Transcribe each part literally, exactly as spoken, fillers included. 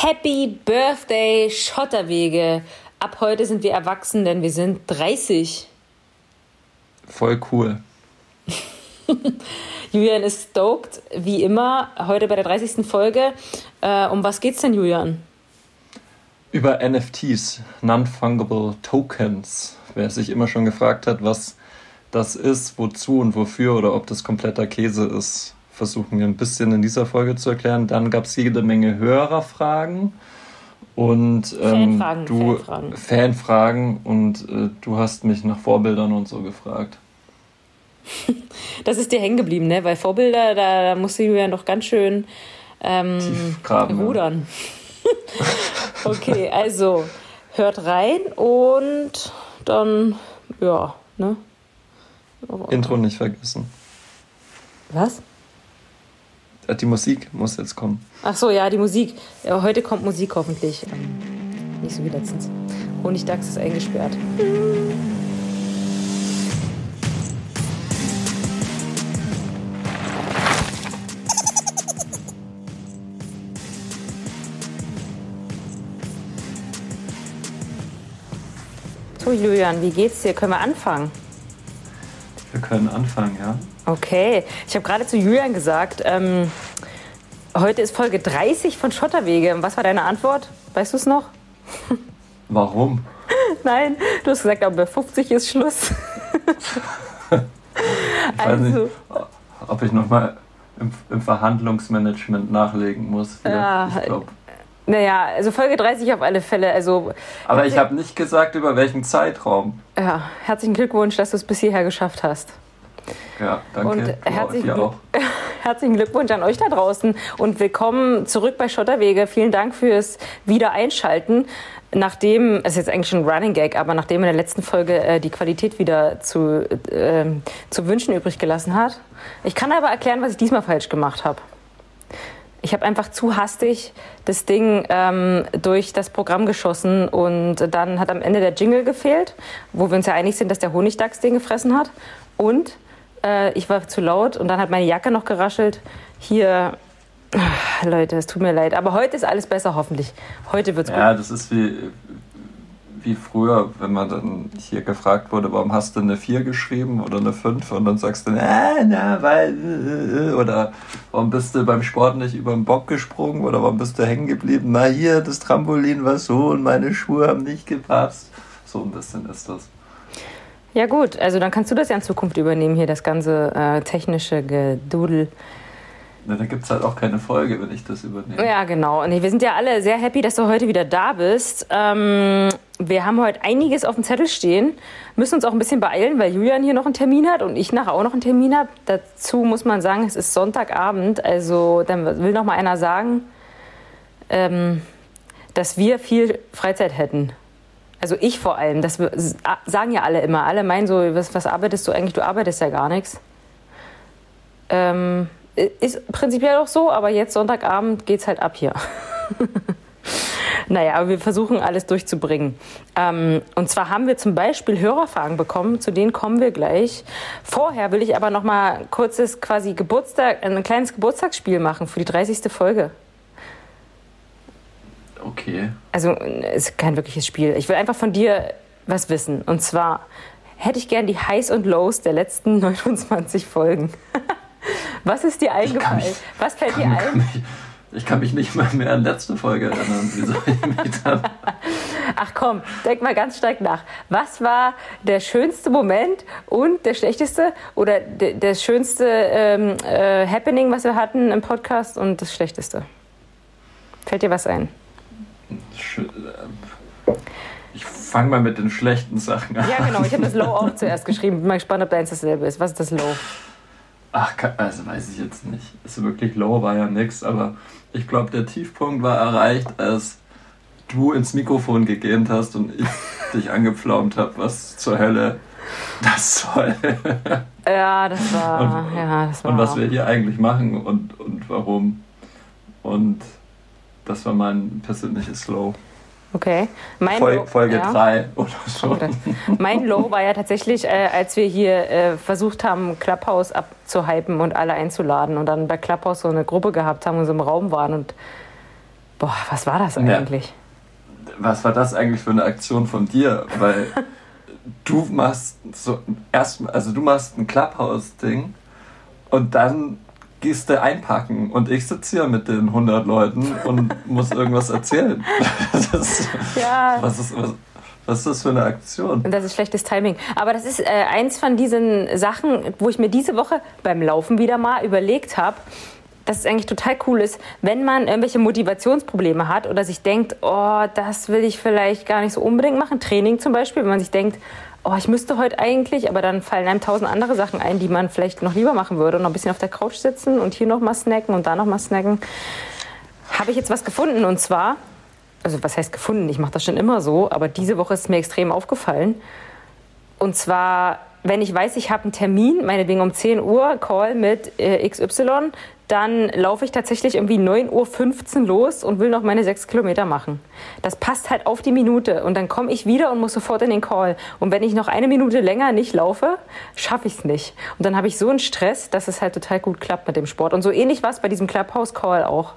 Happy Birthday, Schotterwege. Ab heute sind wir erwachsen, denn wir sind dreißig. Voll cool. Julian ist stoked, wie immer, heute bei der dreißigsten Folge. Äh, um was geht's denn, Julian? Über N F Ts, Non-Fungible Tokens. Wer sich immer schon gefragt hat, was das ist, wozu und wofür oder ob das kompletter Käse ist, versuchen wir ein bisschen in dieser Folge zu erklären. Dann gab es jede Menge Hörerfragen und ähm, Fanfragen, du Fanfragen. Fanfragen und äh, du hast mich nach Vorbildern und so gefragt. Das ist dir hängen geblieben, ne? Weil Vorbilder, da, da musste Julian doch ganz schön ähm, graben, rudern. Ja. Okay, also hört rein und dann, ja, ne? Intro nicht vergessen. Was? Die Musik muss jetzt kommen. Ach so, ja, die Musik. Ja, heute kommt Musik hoffentlich. Ähm, nicht so wie letztens. Honigdachs ist eingesperrt. So, Julian, wie geht's dir? Können wir anfangen? Wir können anfangen, ja. Okay. Ich habe gerade zu Julian gesagt, ähm, heute ist Folge dreißig von Schotterwege. Was war deine Antwort? Weißt du es noch? Warum? Nein, du hast gesagt, aber bei fünfzig ist Schluss. Ich also, weiß nicht, ob ich nochmal im, im Verhandlungsmanagement nachlegen muss. Ja, ich glaube. Naja, also Folge dreißig auf alle Fälle. Also, aber ich habe nicht gesagt, über welchen Zeitraum. Ja, herzlichen Glückwunsch, dass du es bis hierher geschafft hast. Ja, danke. Und herzlichen, dir auch. herzlichen Glückwunsch an euch da draußen und willkommen zurück bei Schotterwege. Vielen Dank fürs Wiedereinschalten. Nachdem, es ist jetzt eigentlich schon ein Running Gag, aber nachdem in der letzten Folge äh, die Qualität wieder zu, äh, zu wünschen übrig gelassen hat. Ich kann aber erklären, was ich diesmal falsch gemacht habe. Ich habe einfach zu hastig das Ding ähm, durch das Programm geschossen und dann hat am Ende der Jingle gefehlt, wo wir uns ja einig sind, dass der Honigdachs den gefressen hat. Und äh, ich war zu laut und dann hat meine Jacke noch geraschelt. Hier, ach, Leute, es tut mir leid. Aber heute ist alles besser, hoffentlich. Heute wird's gut. Ja, das ist wie, wie früher, wenn man dann hier gefragt wurde, warum hast du eine vier geschrieben oder eine fünf und dann sagst du, äh, na, weil, oder warum bist du beim Sport nicht über den Bock gesprungen oder warum bist du hängen geblieben? Na hier, das Trampolin war so und meine Schuhe haben nicht gepasst. So ein bisschen ist das. Ja gut, also dann kannst du das ja in Zukunft übernehmen, hier das ganze äh, technische Gedudel. Na, da gibt es halt auch keine Folge, wenn ich das übernehme. Ja, genau. Und wir sind ja alle sehr happy, dass du heute wieder da bist. Ähm, wir haben heute einiges auf dem Zettel stehen, müssen uns auch ein bisschen beeilen, weil Julian hier noch einen Termin hat und ich nachher auch noch einen Termin habe. Dazu muss man sagen, es ist Sonntagabend, also dann will noch mal einer sagen, ähm, dass wir viel Freizeit hätten. Also ich vor allem, das sagen ja alle immer. Alle meinen so, was, was arbeitest du eigentlich? Du arbeitest ja gar nichts. Ähm... Ist prinzipiell auch so, aber jetzt Sonntagabend geht's halt ab hier. Naja, aber wir versuchen alles durchzubringen. Ähm, und zwar haben wir zum Beispiel Hörerfragen bekommen, zu denen kommen wir gleich. Vorher will ich aber noch mal ein kurzes quasi Geburtstag, ein kleines Geburtstagsspiel machen für die dreißigste Folge. Okay. Also es ist kein wirkliches Spiel. Ich will einfach von dir was wissen. Und zwar hätte ich gern die Highs und Lows der letzten neunundzwanzig Folgen. Was ist dir eingefallen? Mich, Was fällt kann, dir ein? Kann mich, ich kann mich nicht mal mehr an letzte Folge erinnern. Wie soll ich mich dann? Ach komm, denk mal ganz stark nach. Was war der schönste Moment und der schlechteste oder de, das schönste ähm, äh, Happening, was wir hatten im Podcast und das schlechteste? Fällt dir was ein? Ich fange mal mit den schlechten Sachen an. Ja genau, ich habe das Low auch zuerst geschrieben. Bin mal gespannt, ob deins dasselbe ist. Was ist das Low? Ach, also weiß ich jetzt nicht. Ist wirklich low, war ja nix, aber ich glaube, der Tiefpunkt war erreicht, als du ins Mikrofon gegähnt hast und ich dich angepflaumt habe, was zur Hölle das soll. Ja, das war... Und, ja, das war und was wir hier eigentlich machen und, und warum. Und das war mein persönliches Low. Okay. Mein Fol- Low, Folge ja. drei oder so. Okay. Mein Low war ja tatsächlich, äh, als wir hier äh, versucht haben, Clubhouse abzuhypen und alle einzuladen und dann bei Clubhouse so eine Gruppe gehabt haben und so im Raum waren und Boah, was war das eigentlich? Ja. Was war das eigentlich für eine Aktion von dir? Weil du machst so erst, also du machst ein Clubhouse-Ding und dann gehst du einpacken und ich sitze hier mit den hundert Leuten und muss irgendwas erzählen. Das, ja. Was ist, was, was ist das für eine Aktion? Das ist schlechtes Timing. Aber das ist äh, eins von diesen Sachen, wo ich mir diese Woche beim Laufen wieder mal überlegt habe, dass es eigentlich total cool ist, wenn man irgendwelche Motivationsprobleme hat oder sich denkt, oh, das will ich vielleicht gar nicht so unbedingt machen. Training zum Beispiel, wenn man sich denkt, oh, ich müsste heute eigentlich, aber dann fallen einem tausend andere Sachen ein, die man vielleicht noch lieber machen würde und noch ein bisschen auf der Couch sitzen und hier noch mal snacken und da noch mal snacken. Habe ich jetzt was gefunden und zwar, also was heißt gefunden, ich mache das schon immer so, aber diese Woche ist es mir extrem aufgefallen. Und zwar, wenn ich weiß, ich habe einen Termin, meinetwegen um zehn Uhr, Call mit äh, X Y, dann laufe ich tatsächlich irgendwie neun Uhr fünfzehn los und will noch meine sechs Kilometer machen. Das passt halt auf die Minute und dann komme ich wieder und muss sofort in den Call. Und wenn ich noch eine Minute länger nicht laufe, schaffe ich es nicht. Und dann habe ich so einen Stress, dass es halt total gut klappt mit dem Sport. Und so ähnlich war es bei diesem Clubhouse-Call auch.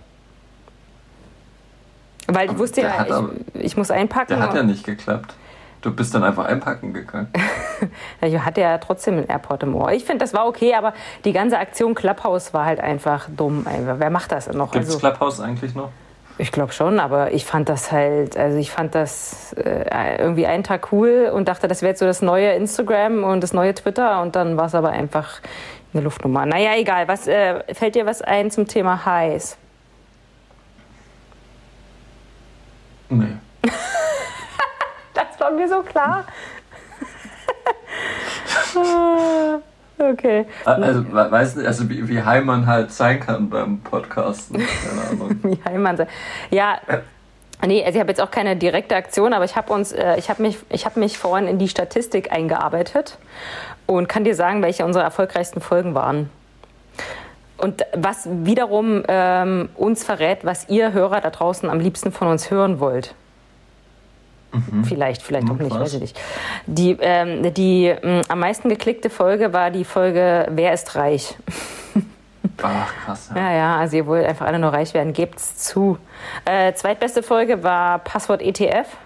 Weil ich wusste ja, ich, ich muss einpacken. Der hat ja nicht geklappt. Du bist dann einfach einpacken gegangen. Ich hatte ja trotzdem einen AirPod im Ohr. Ich finde, das war okay, aber die ganze Aktion Clubhouse war halt einfach dumm. Wer macht das noch? Gibt es also, Clubhouse eigentlich noch? Ich glaube schon, aber ich fand das halt, also ich fand das äh, irgendwie einen Tag cool und dachte, das wäre jetzt so das neue Instagram und das neue Twitter und dann war es aber einfach eine Luftnummer. Naja, egal. Was, äh, fällt dir was ein zum Thema Highs? Nee. Das war mir so klar. Okay. Also, weiß nicht, also wie, wie high man halt sein kann beim Podcasten. Keine Ahnung. Wie high man sein. Ja, nee, also ich habe jetzt auch keine direkte Aktion, aber ich habe uns, äh, ich habe mich, ich habe mich vorhin in die Statistik eingearbeitet und kann dir sagen, welche unsere erfolgreichsten Folgen waren. Und was wiederum ähm, uns verrät, was ihr Hörer da draußen am liebsten von uns hören wollt. Mhm. Vielleicht, vielleicht auch nicht, weiß ich nicht. Die, ähm, die ähm, am meisten geklickte Folge war die Folge Wer ist reich? Ach, krass. Ja, ja, ja, also ihr wollt einfach alle nur reich werden, gebt's zu. Äh, zweitbeste Folge war Passwort E T F.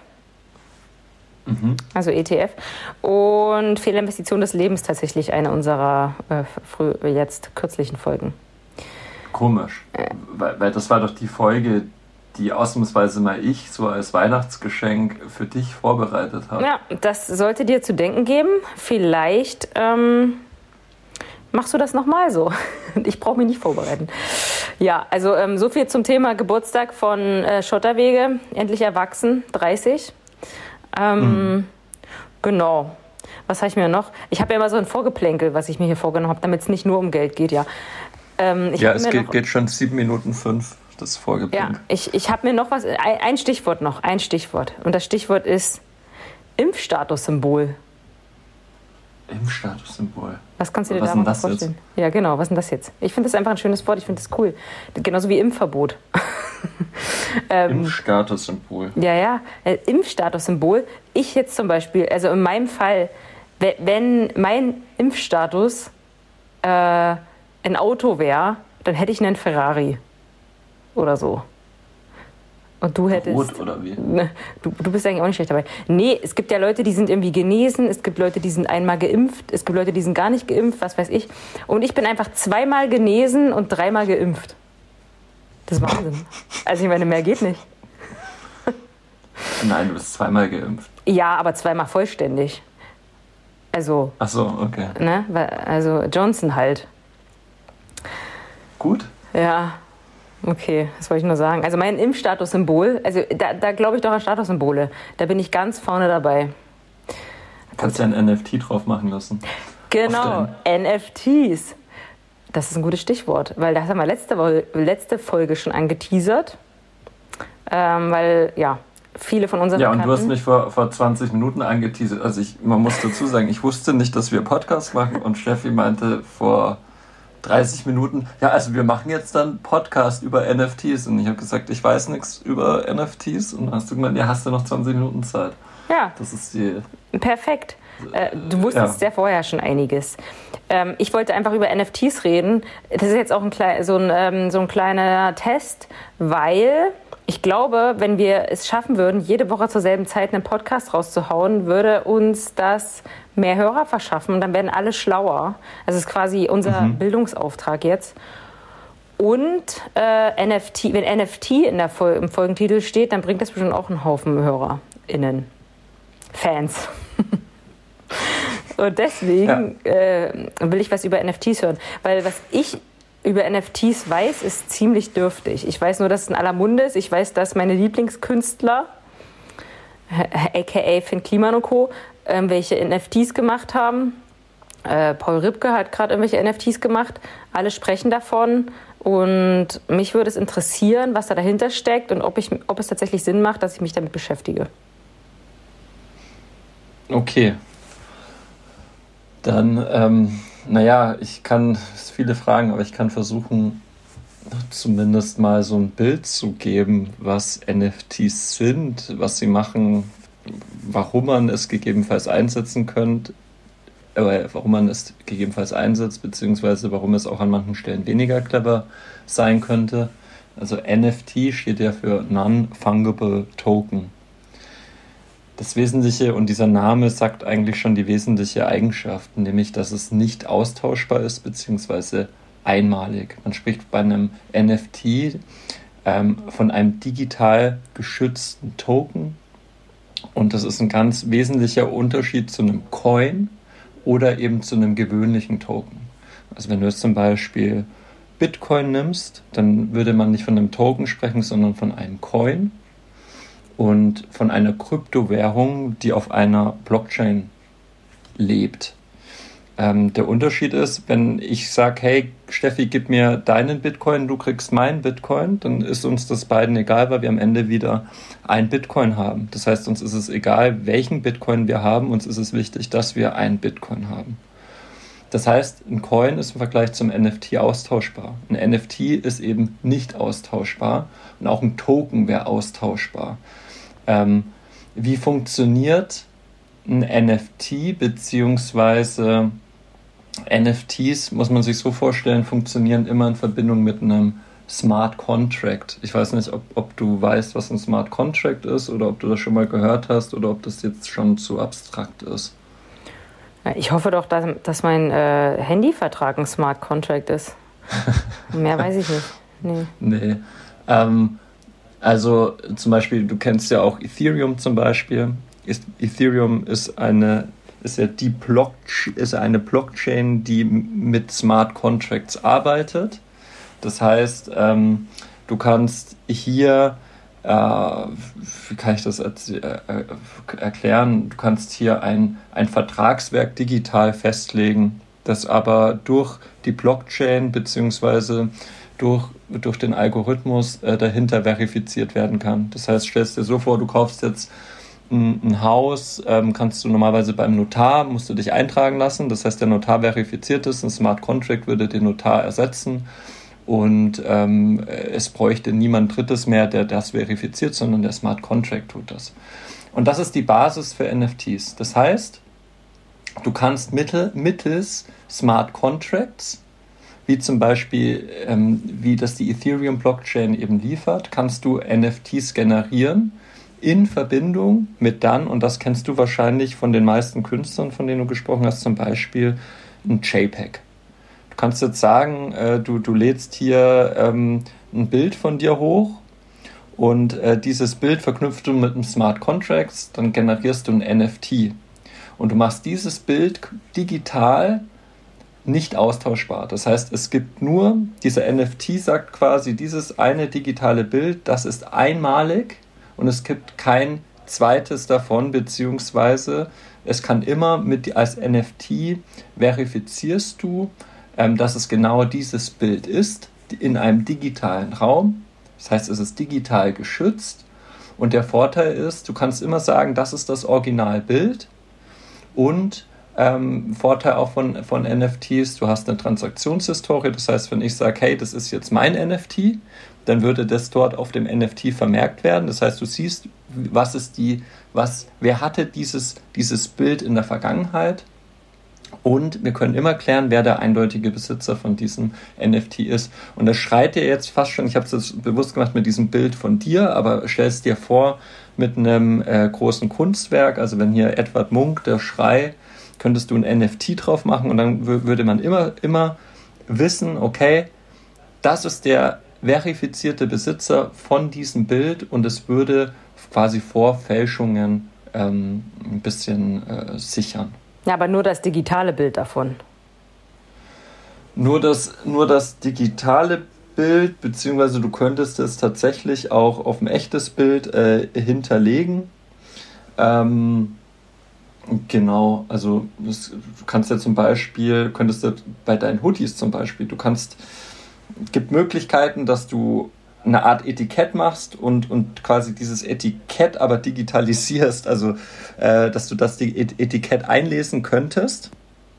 Mhm. Also E T F. Und Fehlinvestition des Lebens, tatsächlich eine unserer äh, früh, jetzt kürzlichen Folgen. Komisch, äh. weil, weil das war doch die Folge, die ausnahmsweise mal ich so als Weihnachtsgeschenk für dich vorbereitet habe. Ja, das sollte dir zu denken geben. Vielleicht ähm, machst du das nochmal so. Ich brauche mich nicht vorbereiten. Ja, also ähm, so viel zum Thema Geburtstag von äh, Schotterwege. Endlich erwachsen, dreißig. Ähm, mhm. Genau. Was habe ich mir noch? Ich habe ja immer so ein Vorgeplänkel, was ich mir hier vorgenommen habe, damit es nicht nur um Geld geht, ja. Ähm, ich ja, es geht, geht schon sieben Minuten fünf. Das Vorgeplänkel. Ja, ich, ich habe mir noch was, ein, ein Stichwort noch, ein Stichwort. Und das Stichwort ist Impfstatussymbol. Impfstatussymbol? Was kannst du dir da noch vorstellen? Jetzt? Ja, genau, was ist denn das jetzt? Ich finde das einfach ein schönes Wort, ich finde das cool. Genauso wie Impfverbot. ähm, Impfstatussymbol. Ja, ja, äh, Impfstatussymbol. Ich jetzt zum Beispiel, also in meinem Fall, wenn mein Impfstatus äh, ein Auto wäre, dann hätte ich einen Ferrari. Oder so. Und du hättest... Rot oder wie? Du, du bist eigentlich auch nicht schlecht dabei. Nee, es gibt ja Leute, die sind irgendwie genesen, es gibt Leute, die sind einmal geimpft, es gibt Leute, die sind gar nicht geimpft, was weiß ich. Und ich bin einfach zweimal genesen und dreimal geimpft. Das ist Wahnsinn. Also ich meine, mehr geht nicht. Nein, du bist zweimal geimpft. Ja, aber zweimal vollständig. Also... Ach so, okay. Ne? Also Johnson halt. Gut. Ja. Okay, das wollte ich nur sagen. Also mein Impfstatussymbol, also da, da glaube ich doch an Statussymbole. Da bin ich ganz vorne dabei. Kannst du ja ein N F T drauf machen lassen. Genau, N F Ts. Das ist ein gutes Stichwort, weil das haben wir letzte, letzte Folge schon angeteasert. Ähm, weil, ja, viele von unseren Ja, und du hast mich vor, vor zwanzig Minuten angeteasert. Also ich, man muss dazu sagen, ich wusste nicht, dass wir Podcast machen und Steffi meinte vor dreißig Minuten, ja, also wir machen jetzt dann Podcast über N F Ts. Und ich habe gesagt, ich weiß nichts über N F Ts. Und dann hast du gemeint, ja, hast du noch zwanzig Minuten Zeit. Ja. Das ist die... Perfekt. Äh, du wusstest ja. ja vorher schon einiges. Ähm, ich wollte einfach über N F Ts reden. Das ist jetzt auch ein, klei- so, ein, ähm, so ein kleiner Test, weil Ich glaube, wenn wir es schaffen würden, jede Woche zur selben Zeit einen Podcast rauszuhauen, würde uns das mehr Hörer verschaffen und dann werden alle schlauer. Das ist quasi unser mhm. Bildungsauftrag jetzt. Und äh, N F T, wenn N F T in der Fol- im Folgentitel steht, dann bringt das bestimmt auch einen Haufen HörerInnen. Fans. Und deswegen ja. äh, will ich was über N F Ts hören. Weil was ich über N F Ts weiß, ist ziemlich dürftig. Ich weiß nur, dass es in aller Munde ist. Ich weiß, dass meine Lieblingskünstler, aka Finn Kliman und Co., äh, welche N F Ts gemacht haben. Äh, Paul Ripke hat gerade irgendwelche N F Ts gemacht. Alle sprechen davon. Und mich würde es interessieren, was da dahinter steckt und ob, ich, ob es tatsächlich Sinn macht, dass ich mich damit beschäftige. Okay. Dann, ähm, naja, ich kann, es sind viele Fragen, aber ich kann versuchen, zumindest mal so ein Bild zu geben, was N F Ts sind, was sie machen, warum man es gegebenenfalls einsetzen könnte, äh, warum man es gegebenenfalls einsetzt, beziehungsweise warum es auch an manchen Stellen weniger clever sein könnte. Also N F T steht ja für Non-Fungible Token. Das Wesentliche, und dieser Name sagt eigentlich schon die wesentliche Eigenschaft, nämlich, dass es nicht austauschbar ist, beziehungsweise einmalig. Man spricht bei einem N F T ähm, von einem digital geschützten Token, und das ist ein ganz wesentlicher Unterschied zu einem Coin oder eben zu einem gewöhnlichen Token. Also wenn du jetzt zum Beispiel Bitcoin nimmst, dann würde man nicht von einem Token sprechen, sondern von einem Coin. Und von einer Kryptowährung, die auf einer Blockchain lebt. Ähm, der Unterschied ist, wenn ich sage, hey Steffi, gib mir deinen Bitcoin, du kriegst meinen Bitcoin, dann ist uns das beiden egal, weil wir am Ende wieder ein Bitcoin haben. Das heißt, uns ist es egal, welchen Bitcoin wir haben, uns ist es wichtig, dass wir einen Bitcoin haben. Das heißt, ein Coin ist im Vergleich zum N F T austauschbar. Ein N F T ist eben nicht austauschbar und auch ein Token wäre austauschbar. Ähm, wie funktioniert ein N F T, beziehungsweise N F Ts, muss man sich so vorstellen, funktionieren immer in Verbindung mit einem Smart Contract. Ich weiß nicht, ob, ob du weißt, was ein Smart Contract ist oder ob du das schon mal gehört hast oder ob das jetzt schon zu abstrakt ist. Ich hoffe doch, dass, dass mein äh, Handyvertrag ein Smart Contract ist. Mehr weiß ich nicht. Nee. nee. Ähm, also zum Beispiel, du kennst ja auch Ethereum zum Beispiel. Ist, Ethereum ist eine, ist ja die Block, ist eine Blockchain, die mit Smart Contracts arbeitet. Das heißt, ähm, du kannst hier, äh, wie kann ich das erz- äh, erklären, du kannst hier ein, ein Vertragswerk digital festlegen, das aber durch die Blockchain bzw. durch, durch den Algorithmus äh, dahinter verifiziert werden kann. Das heißt, stellst dir so vor, du kaufst jetzt ein, ein Haus, ähm, kannst du normalerweise beim Notar, musst du dich eintragen lassen, das heißt, der Notar verifiziert es, ein Smart Contract würde den Notar ersetzen. Und ähm, es bräuchte niemand Drittes mehr, der das verifiziert, sondern der Smart Contract tut das. Und das ist die Basis für N F Ts. Das heißt, du kannst mittel, mittels Smart Contracts, wie zum Beispiel, ähm, wie das die Ethereum-Blockchain eben liefert, kannst du N F Ts generieren in Verbindung mit dann, und das kennst du wahrscheinlich von den meisten Künstlern, von denen du gesprochen hast, zum Beispiel ein JPEG. Du kannst jetzt sagen, äh, du, du lädst hier ähm, ein Bild von dir hoch und äh, dieses Bild verknüpfst du mit einem Smart Contracts, dann generierst du ein N F T. Und du machst dieses Bild digital nicht austauschbar. Das heißt, es gibt nur, dieser N F T sagt quasi, dieses eine digitale Bild, das ist einmalig und es gibt kein zweites davon, beziehungsweise es kann immer mit, als N F T verifizierst du, dass es genau dieses Bild ist, in einem digitalen Raum. Das heißt, es ist digital geschützt. Und der Vorteil ist, du kannst immer sagen, das ist das Originalbild. Und ähm, Vorteil auch von, von N F Ts, du hast eine Transaktionshistorie. Das heißt, wenn ich sage, hey, das ist jetzt mein N F T, dann würde das dort auf dem N F T vermerkt werden. Das heißt, du siehst, was ist die, was, wer hatte dieses, dieses Bild in der Vergangenheit. Und wir können immer klären, wer der eindeutige Besitzer von diesem N F T ist. Und das schreit dir jetzt fast schon, ich habe es jetzt bewusst gemacht mit diesem Bild von dir, aber stell es dir vor mit einem äh, großen Kunstwerk, also wenn hier Edward Munch, der Schrei, könntest du ein N F T drauf machen und dann w- würde man immer, immer wissen, okay, das ist der verifizierte Besitzer von diesem Bild und es würde quasi vor Fälschungen ähm, ein bisschen äh, sichern. Ja, aber nur das digitale Bild davon. Nur das, nur das digitale Bild, beziehungsweise du könntest es tatsächlich auch auf ein echtes Bild äh, hinterlegen. Ähm, genau, also das, du kannst ja zum Beispiel, könntest du bei deinen Hoodies zum Beispiel, du kannst, es gibt Möglichkeiten, dass du eine Art Etikett machst und, und quasi dieses Etikett aber digitalisierst, also äh, dass du das Etikett einlesen könntest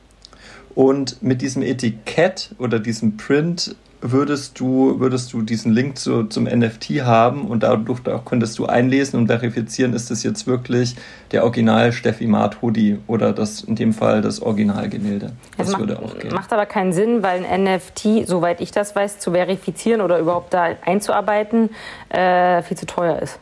und mit diesem Etikett oder diesem Print würdest du, würdest du diesen Link zu, zum N F T haben und dadurch auch könntest du einlesen und verifizieren, ist das jetzt wirklich der Original Steffi Maat Hoodie oder das in dem Fall das Originalgemälde. Das macht, würde auch gehen. Macht aber keinen Sinn, weil ein N F T, soweit ich das weiß, zu verifizieren oder überhaupt da einzuarbeiten, äh, viel zu teuer ist.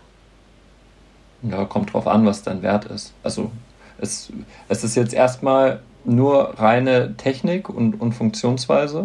Ja, kommt drauf an, was dein Wert ist. Also es, es ist jetzt erstmal nur reine Technik und, und Funktionsweise.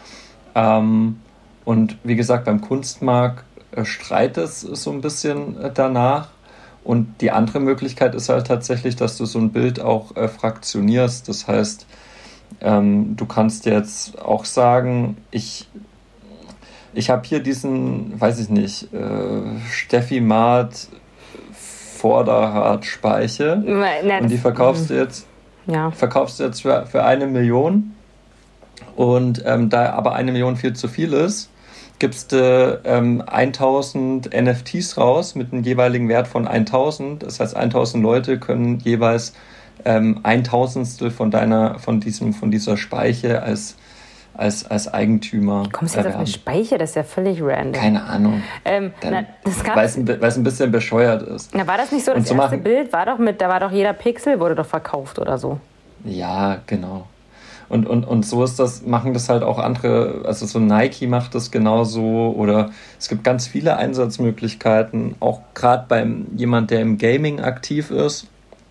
Ähm, und wie gesagt, beim Kunstmarkt äh, streitet es so ein bisschen äh, danach. Und die andere Möglichkeit ist halt tatsächlich, dass du so ein Bild auch äh, fraktionierst. Das heißt, ähm, du kannst jetzt auch sagen, ich, ich habe hier diesen, weiß ich nicht, äh, Steffi Maat Vorderrad Speiche Nein, und die verkaufst du jetzt, ja. verkaufst du jetzt für, für eine Million. Und ähm, da aber eine Million viel zu viel ist, gibst du ähm, tausend N F Ts raus mit einem jeweiligen Wert von tausend. Das heißt, tausend Leute können jeweils ähm, ein Tausendstel von deiner, von diesem, von dieser Speiche als, als, als Eigentümer. Wie kommst du jetzt auf eine Speiche? Das ist ja völlig random. Keine Ahnung. Ähm, na, weil es ein, ein bisschen bescheuert ist. Na, war das nicht so, das so erste machen, Bild war doch mit, da war doch jeder Pixel, wurde doch verkauft oder so. Ja, genau. Und, und, und so ist das, machen das halt auch andere, also so Nike macht das genauso oder es gibt ganz viele Einsatzmöglichkeiten, auch gerade beim jemand, der im Gaming aktiv ist,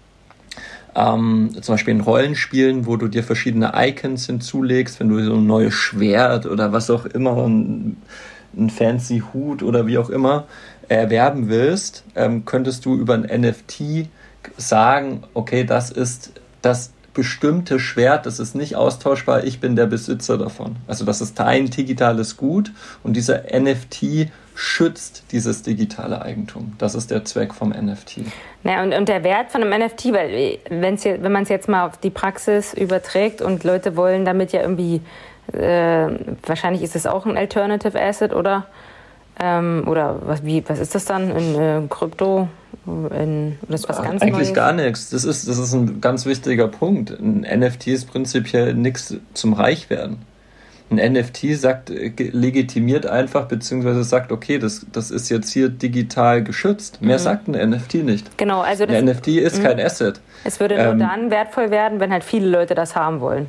ähm, zum Beispiel in Rollenspielen, wo du dir verschiedene Icons hinzulegst, wenn du so ein neues Schwert oder was auch immer, ein, ein fancy Hut oder wie auch immer erwerben willst, ähm, könntest du über ein N F T sagen, okay, das ist das bestimmte Schwert, das ist nicht austauschbar, ich bin der Besitzer davon. Also das ist dein digitales Gut und dieser N F T schützt dieses digitale Eigentum. Das ist der Zweck vom N F T. Ja, und, und der Wert von einem N F T, weil wenn's jetzt, wenn man es jetzt mal auf die Praxis überträgt und Leute wollen damit ja irgendwie, äh, wahrscheinlich ist es auch ein Alternative Asset, oder? Ähm, oder was, wie, was ist das dann in äh, Krypto? In, das ist was ganz Eigentlich Neues? gar nichts. Das ist, das ist ein ganz wichtiger Punkt. Ein N F T ist prinzipiell nichts zum Reichwerden. Ein N F T sagt, legitimiert einfach, beziehungsweise sagt, okay, das, das ist jetzt hier digital geschützt. Mehr mhm. sagt ein N F T nicht. Genau, also das, ein N F T ist mh. kein Asset. Es würde nur ähm, dann wertvoll werden, wenn halt viele Leute das haben wollen.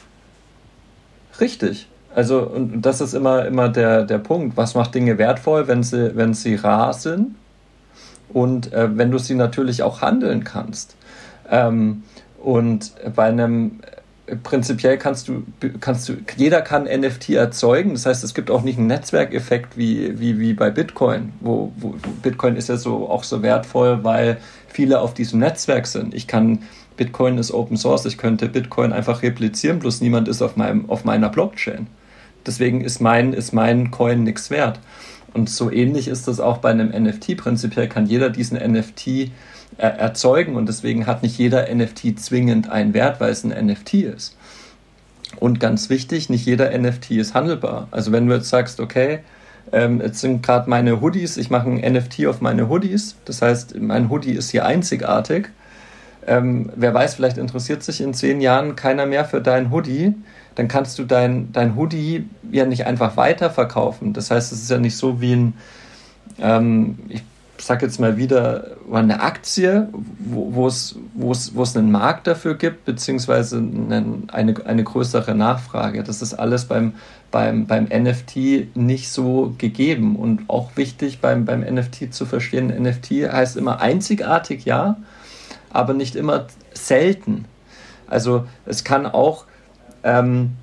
Richtig. Also, und das ist immer, immer der, der Punkt. Was macht Dinge wertvoll, wenn sie, wenn sie rar sind? Und äh, wenn du sie natürlich auch handeln kannst. Ähm, und bei einem, äh, prinzipiell kannst du, kannst du, jeder kann N F T erzeugen. Das heißt, es gibt auch nicht einen Netzwerkeffekt wie, wie, wie bei Bitcoin. Wo, wo, Bitcoin ist ja so, auch so wertvoll, weil viele auf diesem Netzwerk sind. Ich kann, Bitcoin ist Open Source, ich könnte Bitcoin einfach replizieren, bloß niemand ist auf, meinem, auf meiner Blockchain. Deswegen ist mein, ist mein Coin nichts wert. Und so ähnlich ist das auch bei einem N F T. Prinzipiell kann jeder diesen N F T äh, erzeugen und deswegen hat nicht jeder N F T zwingend einen Wert, weil es ein N F T ist. Und ganz wichtig, nicht jeder N F T ist handelbar. Also wenn du jetzt sagst, okay, ähm, jetzt sind gerade meine Hoodies, ich mache ein N F T auf meine Hoodies, das heißt, mein Hoodie ist hier einzigartig. Ähm, wer weiß, vielleicht interessiert sich in zehn Jahren keiner mehr für dein Hoodie, dann kannst du dein, dein Hoodie ja nicht einfach weiterverkaufen. Das heißt, es ist ja nicht so wie ein, ähm, ich sag jetzt mal wieder, eine Aktie, wo es wo es wo es einen Markt dafür gibt, beziehungsweise einen, eine, eine größere Nachfrage. Das ist alles beim, beim, beim N F T nicht so gegeben. Und auch wichtig beim, beim N F T zu verstehen, N F T heißt immer einzigartig, ja, aber nicht immer selten. Also es kann auch, ähm,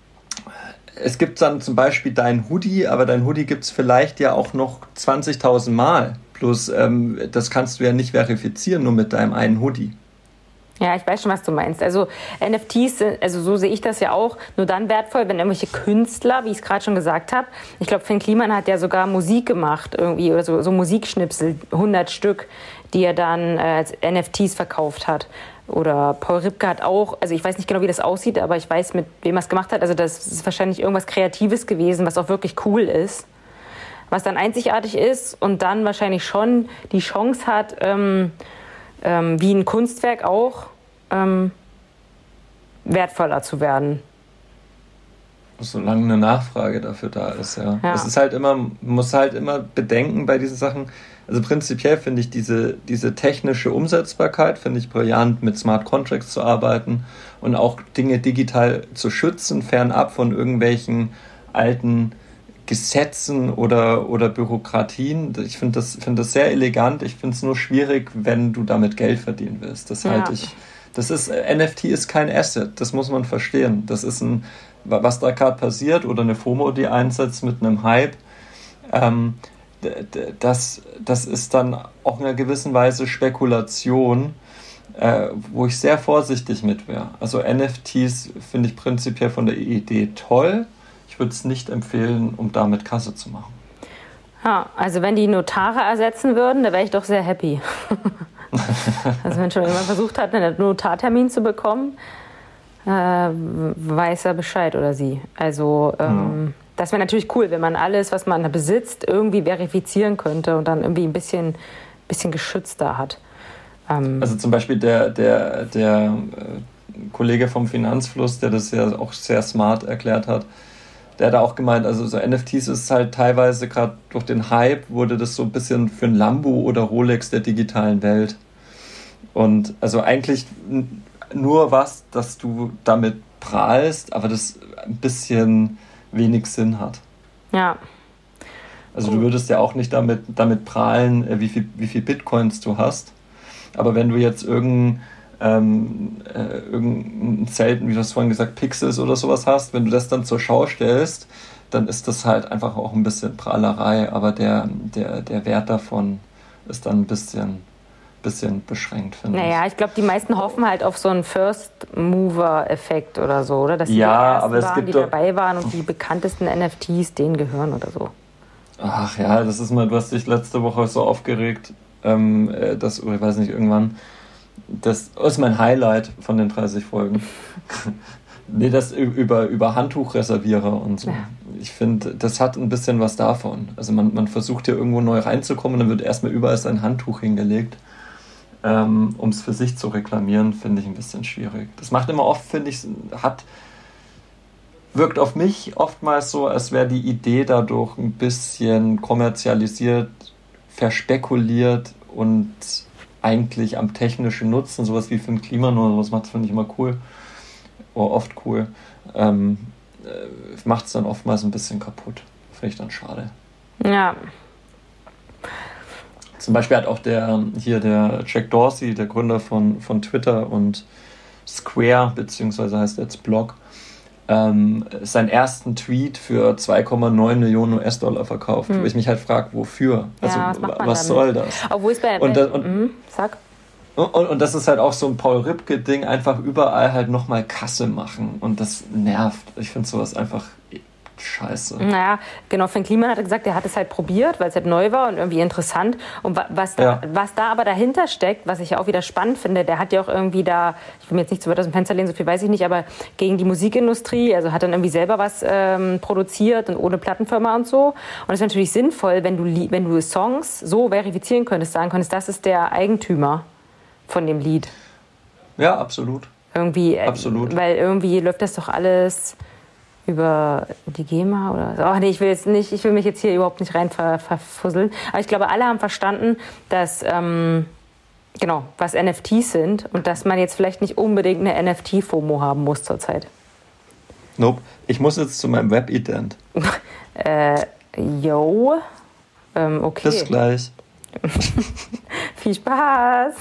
es gibt dann zum Beispiel dein Hoodie, aber dein Hoodie gibt es vielleicht ja auch noch zwanzigtausend Mal. Bloß ähm, das kannst du ja nicht verifizieren, nur mit deinem einen Hoodie. Ja, ich weiß schon, was du meinst. Also N F Ts sind, also so sehe ich das ja auch, nur dann wertvoll, wenn irgendwelche Künstler, wie ich es gerade schon gesagt habe, ich glaube, Finn Kliman hat ja sogar Musik gemacht irgendwie oder so, so Musikschnipsel, hundert Stück, die er dann äh, als N F Ts verkauft hat. Oder Paul Ripke hat auch, also ich weiß nicht genau, wie das aussieht, aber ich weiß, mit wem er es gemacht hat. Also das ist wahrscheinlich irgendwas Kreatives gewesen, was auch wirklich cool ist, was dann einzigartig ist und dann wahrscheinlich schon die Chance hat, ähm, ähm, wie ein Kunstwerk auch, ähm, wertvoller zu werden. Solange eine Nachfrage dafür da ist, ja. Ja. Es ist halt immer, man muss halt immer bedenken bei diesen Sachen, also prinzipiell finde ich diese, diese technische Umsetzbarkeit, finde ich brillant, mit Smart Contracts zu arbeiten und auch Dinge digital zu schützen, fernab von irgendwelchen alten Gesetzen oder, oder Bürokratien. Ich finde das, find das sehr elegant. Ich finde es nur schwierig, wenn du damit Geld verdienen willst. Das halte Ja. ich, das ist, N F T ist kein Asset, das muss man verstehen. Das ist ein, was da gerade passiert oder eine FOMO, die einsetzt mit einem Hype, ähm, das, das ist dann auch in einer gewissen Weise Spekulation, äh, wo ich sehr vorsichtig mit wäre. Also N F Ts finde ich prinzipiell von der Idee toll. Ich würde es nicht empfehlen, um damit Kasse zu machen. Ja, also wenn die Notare ersetzen würden, da wäre ich doch sehr happy. Also wenn schon jemand versucht hat, einen Notartermin zu bekommen, äh, weiß er Bescheid oder sie. Also ähm, ja. Das wäre natürlich cool, wenn man alles, was man besitzt, irgendwie verifizieren könnte und dann irgendwie ein bisschen, bisschen geschützter hat. Ähm, also zum Beispiel der, der, der äh, Kollege vom Finanzfluss, der das ja auch sehr smart erklärt hat, der hat auch gemeint, also so N F Ts ist halt teilweise, gerade durch den Hype, wurde das so ein bisschen für ein Lambo oder Rolex der digitalen Welt. Und also eigentlich nur was, dass du damit prahlst, aber das ein bisschen wenig Sinn hat. Ja. Also du würdest ja auch nicht damit, damit prahlen, wie viel, wie viel Bitcoins du hast. Aber wenn du jetzt irgendein, ähm, äh, irgendein selten, wie du es vorhin gesagt, Pixels oder sowas hast, wenn du das dann zur Schau stellst, dann ist das halt einfach auch ein bisschen Prahlerei. Aber der, der, der Wert davon ist dann ein bisschen, bisschen beschränkt, finde ich. Naja, ich glaube, die meisten hoffen halt auf so einen First-Mover-Effekt oder so, oder? Dass die ja, die aber es waren, gibt die doch dabei waren und die bekanntesten N F Ts denen gehören oder so. Ach ja, das ist mal, du hast dich letzte Woche so aufgeregt, ähm, dass, ich weiß nicht, irgendwann, das ist mein Highlight von den dreißig Folgen. Nee, das über, über Handtuchreservierer und so. Ja. Ich finde, das hat ein bisschen was davon. Also man, man versucht hier irgendwo neu reinzukommen und dann wird erstmal überall sein Handtuch hingelegt. Ähm, um es für sich zu reklamieren, finde ich ein bisschen schwierig. Das macht immer oft, finde ich, hat wirkt auf mich oftmals so, als wäre die Idee dadurch ein bisschen kommerzialisiert, verspekuliert und eigentlich am technischen Nutzen, sowas wie Finn Kliman oder sowas macht, finde ich immer cool, oder oft cool, ähm, äh, macht es dann oftmals ein bisschen kaputt. Finde ich dann schade. Ja. Zum Beispiel hat auch der hier der Jack Dorsey, der Gründer von, von Twitter und Square, beziehungsweise heißt jetzt Blog, ähm, seinen ersten Tweet für zwei Komma neun Millionen U S-Dollar verkauft, hm. wo ich mich halt frage, wofür? Also ja, was, was soll das? Obwohl es bei, und, bei, und, mh, sag. Und, und das ist halt auch so ein Paul Ripke-Ding, einfach überall halt nochmal Kasse machen und das nervt. Ich finde sowas einfach scheiße. Naja, genau, Finn Kliman hat gesagt, er hat es halt probiert, weil es halt neu war und irgendwie interessant. Und was da, ja. was da aber dahinter steckt, was ich ja auch wieder spannend finde, der hat ja auch irgendwie da, ich will mir jetzt nicht zu weit aus dem Fenster lehnen, so viel weiß ich nicht, aber gegen die Musikindustrie, also hat dann irgendwie selber was ähm, produziert und ohne Plattenfirma und so. Und es ist natürlich sinnvoll, wenn du, wenn du Songs so verifizieren könntest, sagen könntest, das ist der Eigentümer von dem Lied. Ja, absolut. Irgendwie, absolut. Weil irgendwie läuft das doch alles über die GEMA oder so. Ach nee, ich will jetzt nicht, ich will mich jetzt hier überhaupt nicht rein ver, verfusseln. Aber ich glaube, alle haben verstanden, dass, ähm, genau, was N F Ts sind und dass man jetzt vielleicht nicht unbedingt eine N F T-FOMO haben muss zurzeit. Nope. Ich muss jetzt zu meinem Web-Ident. äh, yo. Ähm, okay. Bis gleich. Viel Spaß.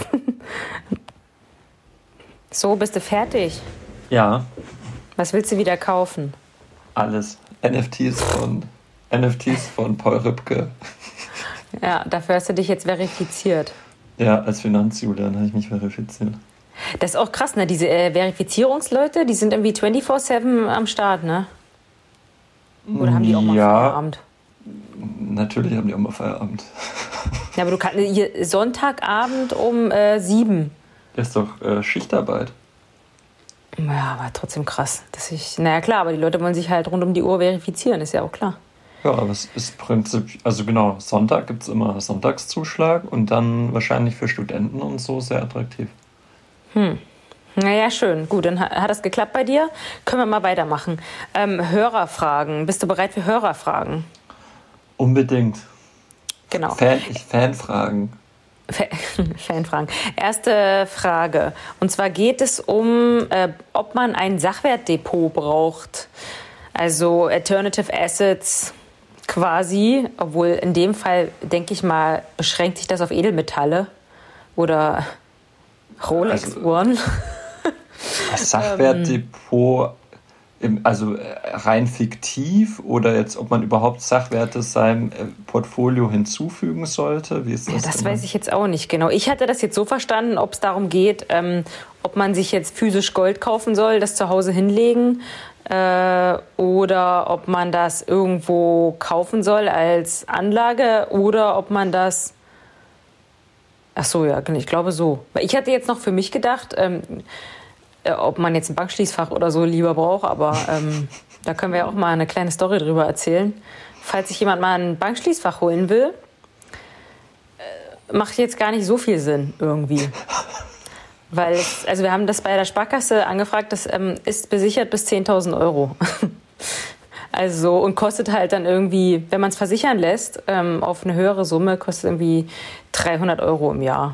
So, bist du fertig? Ja. Was willst du wieder kaufen? Alles. N F Ts von N F Ts von Paul Rübke. Ja, dafür hast du dich jetzt verifiziert. Ja, als Finanzjulian habe ich mich verifiziert. Das ist auch krass, ne? Diese äh, Verifizierungsleute, die sind irgendwie vierundzwanzig sieben am Start, ne? Oder haben die auch mal ja, Feierabend? Natürlich haben die auch mal Feierabend. Ja, aber du kannst hier Sonntagabend um äh, sieben. Das ist doch äh, Schichtarbeit. Ja, aber trotzdem krass. Dass ich, naja, klar, aber die Leute wollen sich halt rund um die Uhr verifizieren, ist ja auch klar. Ja, aber es ist prinzipiell, also genau, Sonntag gibt es immer Sonntagszuschlag und dann wahrscheinlich für Studenten und so sehr attraktiv. Hm. Naja, schön. Gut, dann hat das geklappt bei dir. Können wir mal weitermachen. Ähm, Hörerfragen. Bist du bereit für Hörerfragen? Unbedingt. Genau. Fan, ich Fanfragen. Fanfragen. Erste Frage. Und zwar geht es um, äh, ob man ein Sachwertdepot braucht. Also Alternative Assets quasi. Obwohl in dem Fall, denke ich mal, beschränkt sich das auf Edelmetalle oder Rolex-Uhren. Also, Sachwertdepot, im, also rein fiktiv oder jetzt, ob man überhaupt Sachwerte seinem Portfolio hinzufügen sollte? Wie ist das? Ja, das weiß ich jetzt auch nicht genau. Ich hatte das jetzt so verstanden, ob es darum geht, ähm, ob man sich jetzt physisch Gold kaufen soll, das zu Hause hinlegen äh, oder ob man das irgendwo kaufen soll als Anlage oder ob man das... Ach so, ja, ich glaube so. Ich hatte jetzt noch für mich gedacht, ähm, ob man jetzt ein Bankschließfach oder so lieber braucht, aber ähm, da können wir ja auch mal eine kleine Story drüber erzählen. Falls sich jemand mal ein Bankschließfach holen will, äh, macht jetzt gar nicht so viel Sinn irgendwie. Weil, es, also wir haben das bei der Sparkasse angefragt, das ähm, ist besichert bis zehntausend Euro. Also und kostet halt dann irgendwie, wenn man es versichern lässt, ähm, auf eine höhere Summe, kostet irgendwie dreihundert Euro im Jahr.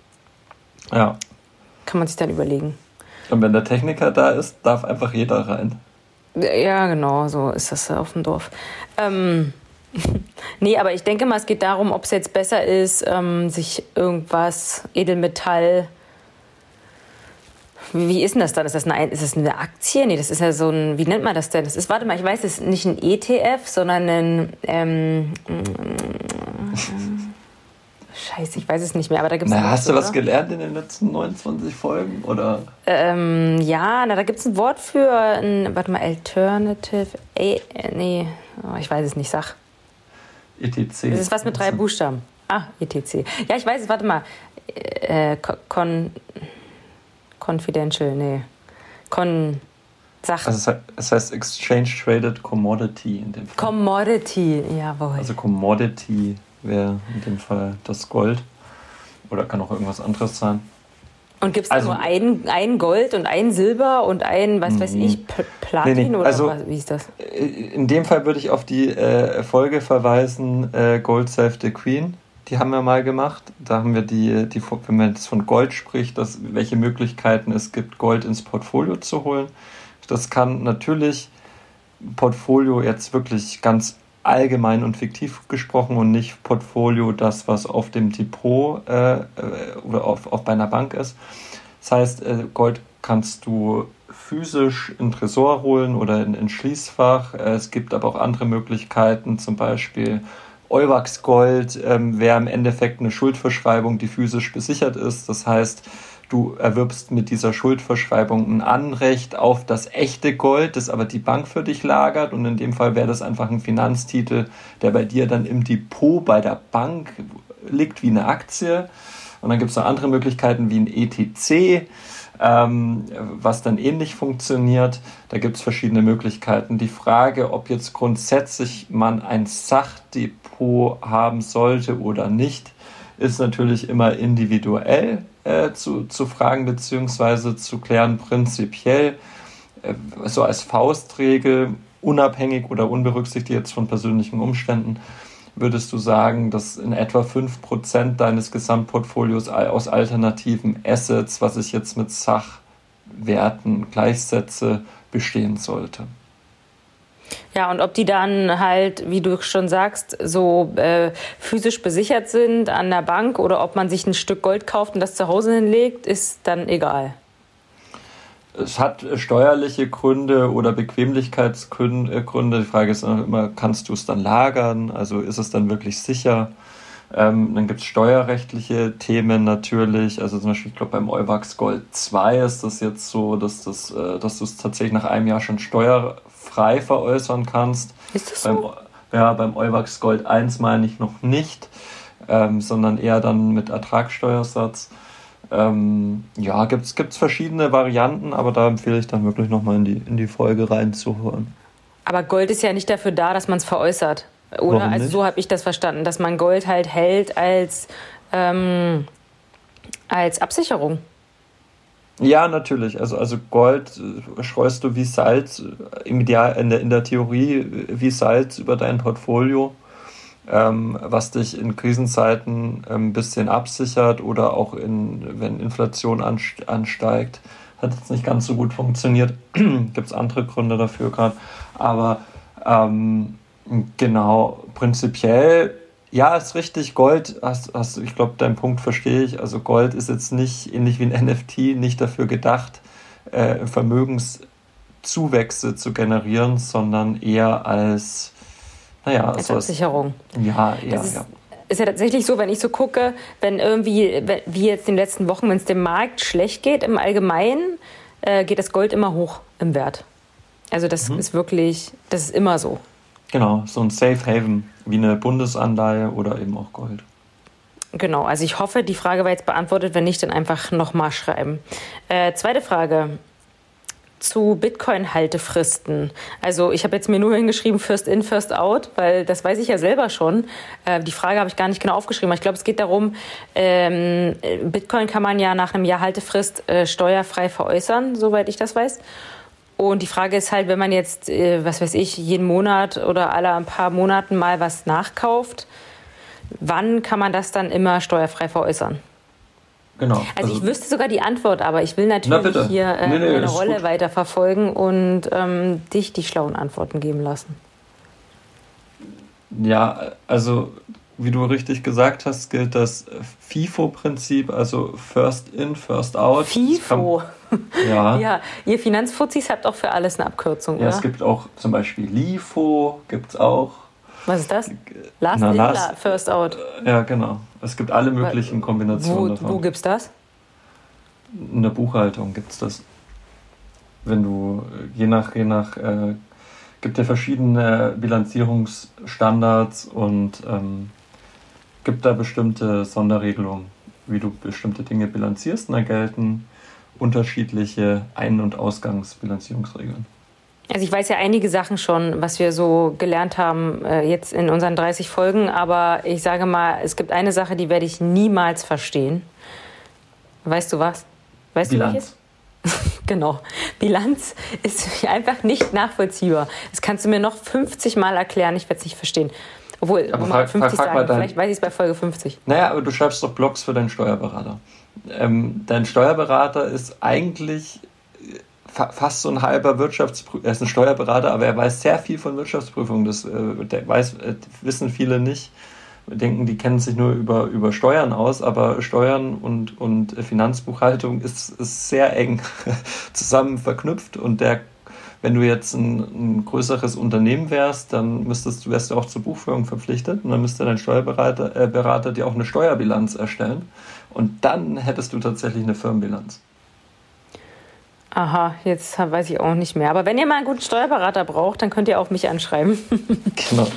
Ja. Kann man sich dann überlegen. Und wenn der Techniker da ist, darf einfach jeder rein. Ja, genau, so ist das auf dem Dorf. Ähm, nee, aber ich denke mal, es geht darum, ob es jetzt besser ist, ähm, sich irgendwas, Edelmetall... Wie ist denn das dann? Ist das, eine, ist das eine Aktie? Nee, das ist ja so ein, wie nennt man das denn? Das ist, warte mal, ich weiß, es ist nicht ein E T F, sondern ein, ähm, Scheiße, ich weiß es nicht mehr, aber da gibt es... Na, hast du was gelernt in den letzten neunundzwanzig Folgen, oder? Ähm, ja, na, da gibt es ein Wort für, ein, warte mal, Alternative, äh, nee, oh, ich weiß es nicht, sag. E T C. Das ist was mit drei Buchstaben. Ah, E T C. Ja, ich weiß es, warte mal, äh, Con... Confidential, nee. Con... Sach. Also es heißt Exchange Traded Commodity in dem Fall. Commodity, jawohl. Also Commodity wäre in dem Fall das Gold. Oder kann auch irgendwas anderes sein. Und gibt es also, nur ein, ein Gold und ein Silber und ein, was weiß ich, P- Platin nee, nee. oder also, was, wie ist das? In dem Fall würde ich auf die äh, Folge verweisen, äh, Gold Save the Queen. Die haben wir mal gemacht. Da haben wir die, die, wenn man jetzt von Gold spricht, dass, welche Möglichkeiten es gibt, Gold ins Portfolio zu holen. Das kann natürlich Portfolio jetzt wirklich ganz allgemein und fiktiv gesprochen und nicht Portfolio, das, was auf dem Depot äh, oder auf, auf bei einer Bank ist. Das heißt, äh, Gold kannst du physisch in Tresor holen oder in ein Schließfach. Äh, es gibt aber auch andere Möglichkeiten, zum Beispiel Euwax Gold ähm, wäre im Endeffekt eine Schuldverschreibung, die physisch besichert ist. Das heißt, du erwirbst mit dieser Schuldverschreibung ein Anrecht auf das echte Gold, das aber die Bank für dich lagert. Und in dem Fall wäre das einfach ein Finanztitel, der bei dir dann im Depot bei der Bank liegt wie eine Aktie. Und dann gibt es noch andere Möglichkeiten wie ein E T C, ähm, was dann ähnlich funktioniert. Da gibt es verschiedene Möglichkeiten. Die Frage, ob jetzt grundsätzlich man ein Sachdepot haben sollte oder nicht, ist natürlich immer individuell äh, zu, zu fragen bzw. zu klären. Prinzipiell, äh, so als Faustregel, unabhängig oder unberücksichtigt jetzt von persönlichen Umständen, würdest du sagen, dass in etwa fünf Prozent deines Gesamtportfolios aus alternativen Assets, was ich jetzt mit Sachwerten gleichsetze, bestehen sollte? Ja, und ob die dann halt, wie du schon sagst, so äh, physisch besichert sind an der Bank oder ob man sich ein Stück Gold kauft und das zu Hause hinlegt, ist dann egal. Es hat steuerliche Gründe oder Bequemlichkeitsgründe. Die Frage ist immer, kannst du es dann lagern? Also ist es dann wirklich sicher? Ähm, dann gibt es steuerrechtliche Themen natürlich. Also zum Beispiel, ich glaube, beim Euwax Gold zwei ist das jetzt so, dass, das, äh, dass du es tatsächlich nach einem Jahr schon steuerfrei veräußern kannst. Ist das so? Beim, ja, beim Euwax Gold eins meine ich noch nicht, ähm, sondern eher dann mit Ertragssteuersatz. Ähm, ja, gibt es verschiedene Varianten, aber da empfehle ich dann wirklich nochmal in die, in die Folge reinzuhören. Aber Gold ist ja nicht dafür da, dass man es veräußert, oder? Warum Also nicht? so habe ich das verstanden, dass man Gold halt hält als, ähm, als Absicherung. Ja, natürlich. Also, also Gold äh, streust du wie Salz, äh, im Ideal, in, der, in der Theorie äh, wie Salz über dein Portfolio, ähm, was dich in Krisenzeiten ein bisschen absichert oder auch in, wenn Inflation ansteigt. Hat jetzt nicht ganz so gut funktioniert. Gibt es andere Gründe dafür gerade. Aber ähm, genau, prinzipiell, ja, ist richtig, Gold, hast, hast, ich glaube, deinen Punkt verstehe ich. Also Gold ist jetzt nicht, ähnlich wie ein N F T, nicht dafür gedacht, äh, Vermögenszuwächse zu generieren, sondern eher als Naja, als so Absicherung. Ist, ja, eher, das ist, ja. ist ja tatsächlich so, wenn ich so gucke, wenn irgendwie, wie jetzt in den letzten Wochen, wenn es dem Markt schlecht geht im Allgemeinen, äh, geht das Gold immer hoch im Wert. Also das mhm. ist wirklich, das ist immer so. Genau, so ein Safe Haven, wie eine Bundesanleihe oder eben auch Gold. Genau, also ich hoffe, die Frage war jetzt beantwortet. Wenn nicht, dann einfach nochmal schreiben. Äh, zweite Frage. Zu Bitcoin-Haltefristen. Also ich habe jetzt mir nur hingeschrieben, first in, first out, weil das weiß ich ja selber schon. Äh, die Frage habe ich gar nicht genau aufgeschrieben. Aber ich glaube, es geht darum, ähm, Bitcoin kann man ja nach einem Jahr Haltefrist äh, steuerfrei veräußern, soweit ich das weiß. Und die Frage ist halt, wenn man jetzt, äh, was weiß ich, jeden Monat oder alle ein paar Monaten mal was nachkauft, wann kann man das dann immer steuerfrei veräußern? Genau. Also, also ich wüsste sogar die Antwort, aber ich will natürlich na hier äh, nee, nee, meine Rolle gut. weiterverfolgen und ähm, dich die schlauen Antworten geben lassen. Ja, also wie du richtig gesagt hast, gilt das FIFO-Prinzip, also First In, First Out. FIFO? Kann, ja. Ja, ihr Finanzfuzis habt auch für alles eine Abkürzung, ja, oder? Es gibt auch zum Beispiel LIFO, gibt es auch. Was ist das? Last Na, In, last, First Out. Ja, genau. Es gibt alle möglichen Kombinationen wo, davon. Wo gibt's das? In der Buchhaltung gibt es das. Wenn du, je nach, je nach, äh, gibt ja verschiedene Bilanzierungsstandards und ähm, gibt da bestimmte Sonderregelungen, wie du bestimmte Dinge bilanzierst, und da gelten unterschiedliche Ein- und Ausgangsbilanzierungsregeln. Also ich weiß ja einige Sachen schon, was wir so gelernt haben äh, jetzt in unseren dreißig Folgen, aber ich sage mal, es gibt eine Sache, die werde ich niemals verstehen. Weißt du was? Weißt Bilanz. du welches? Genau. Bilanz ist einfach nicht nachvollziehbar. Das kannst du mir noch fünfzig Mal erklären, ich werde es nicht verstehen. Obwohl, aber mal frag, fünfzig frag, frag sagen, dein, vielleicht weiß ich es bei Folge fünfzig. Naja, aber du schreibst doch Blogs für deinen Steuerberater. Ähm, dein Steuerberater ist eigentlich fast so ein halber Wirtschaftsprüfer. Er ist ein Steuerberater, aber er weiß sehr viel von Wirtschaftsprüfung. Das äh, der weiß, äh, wissen viele nicht. Wir denken, die kennen sich nur über, über Steuern aus, aber Steuern und, und Finanzbuchhaltung ist, ist sehr eng zusammen verknüpft. Und der, wenn du jetzt ein, ein größeres Unternehmen wärst, dann müsstest du, wärst du auch zur Buchführung verpflichtet und dann müsste dein Steuerberater äh, Berater dir auch eine Steuerbilanz erstellen. Und dann hättest du tatsächlich eine Firmenbilanz. Aha, jetzt weiß ich auch nicht mehr. Aber wenn ihr mal einen guten Steuerberater braucht, dann könnt ihr auch mich anschreiben. Genau.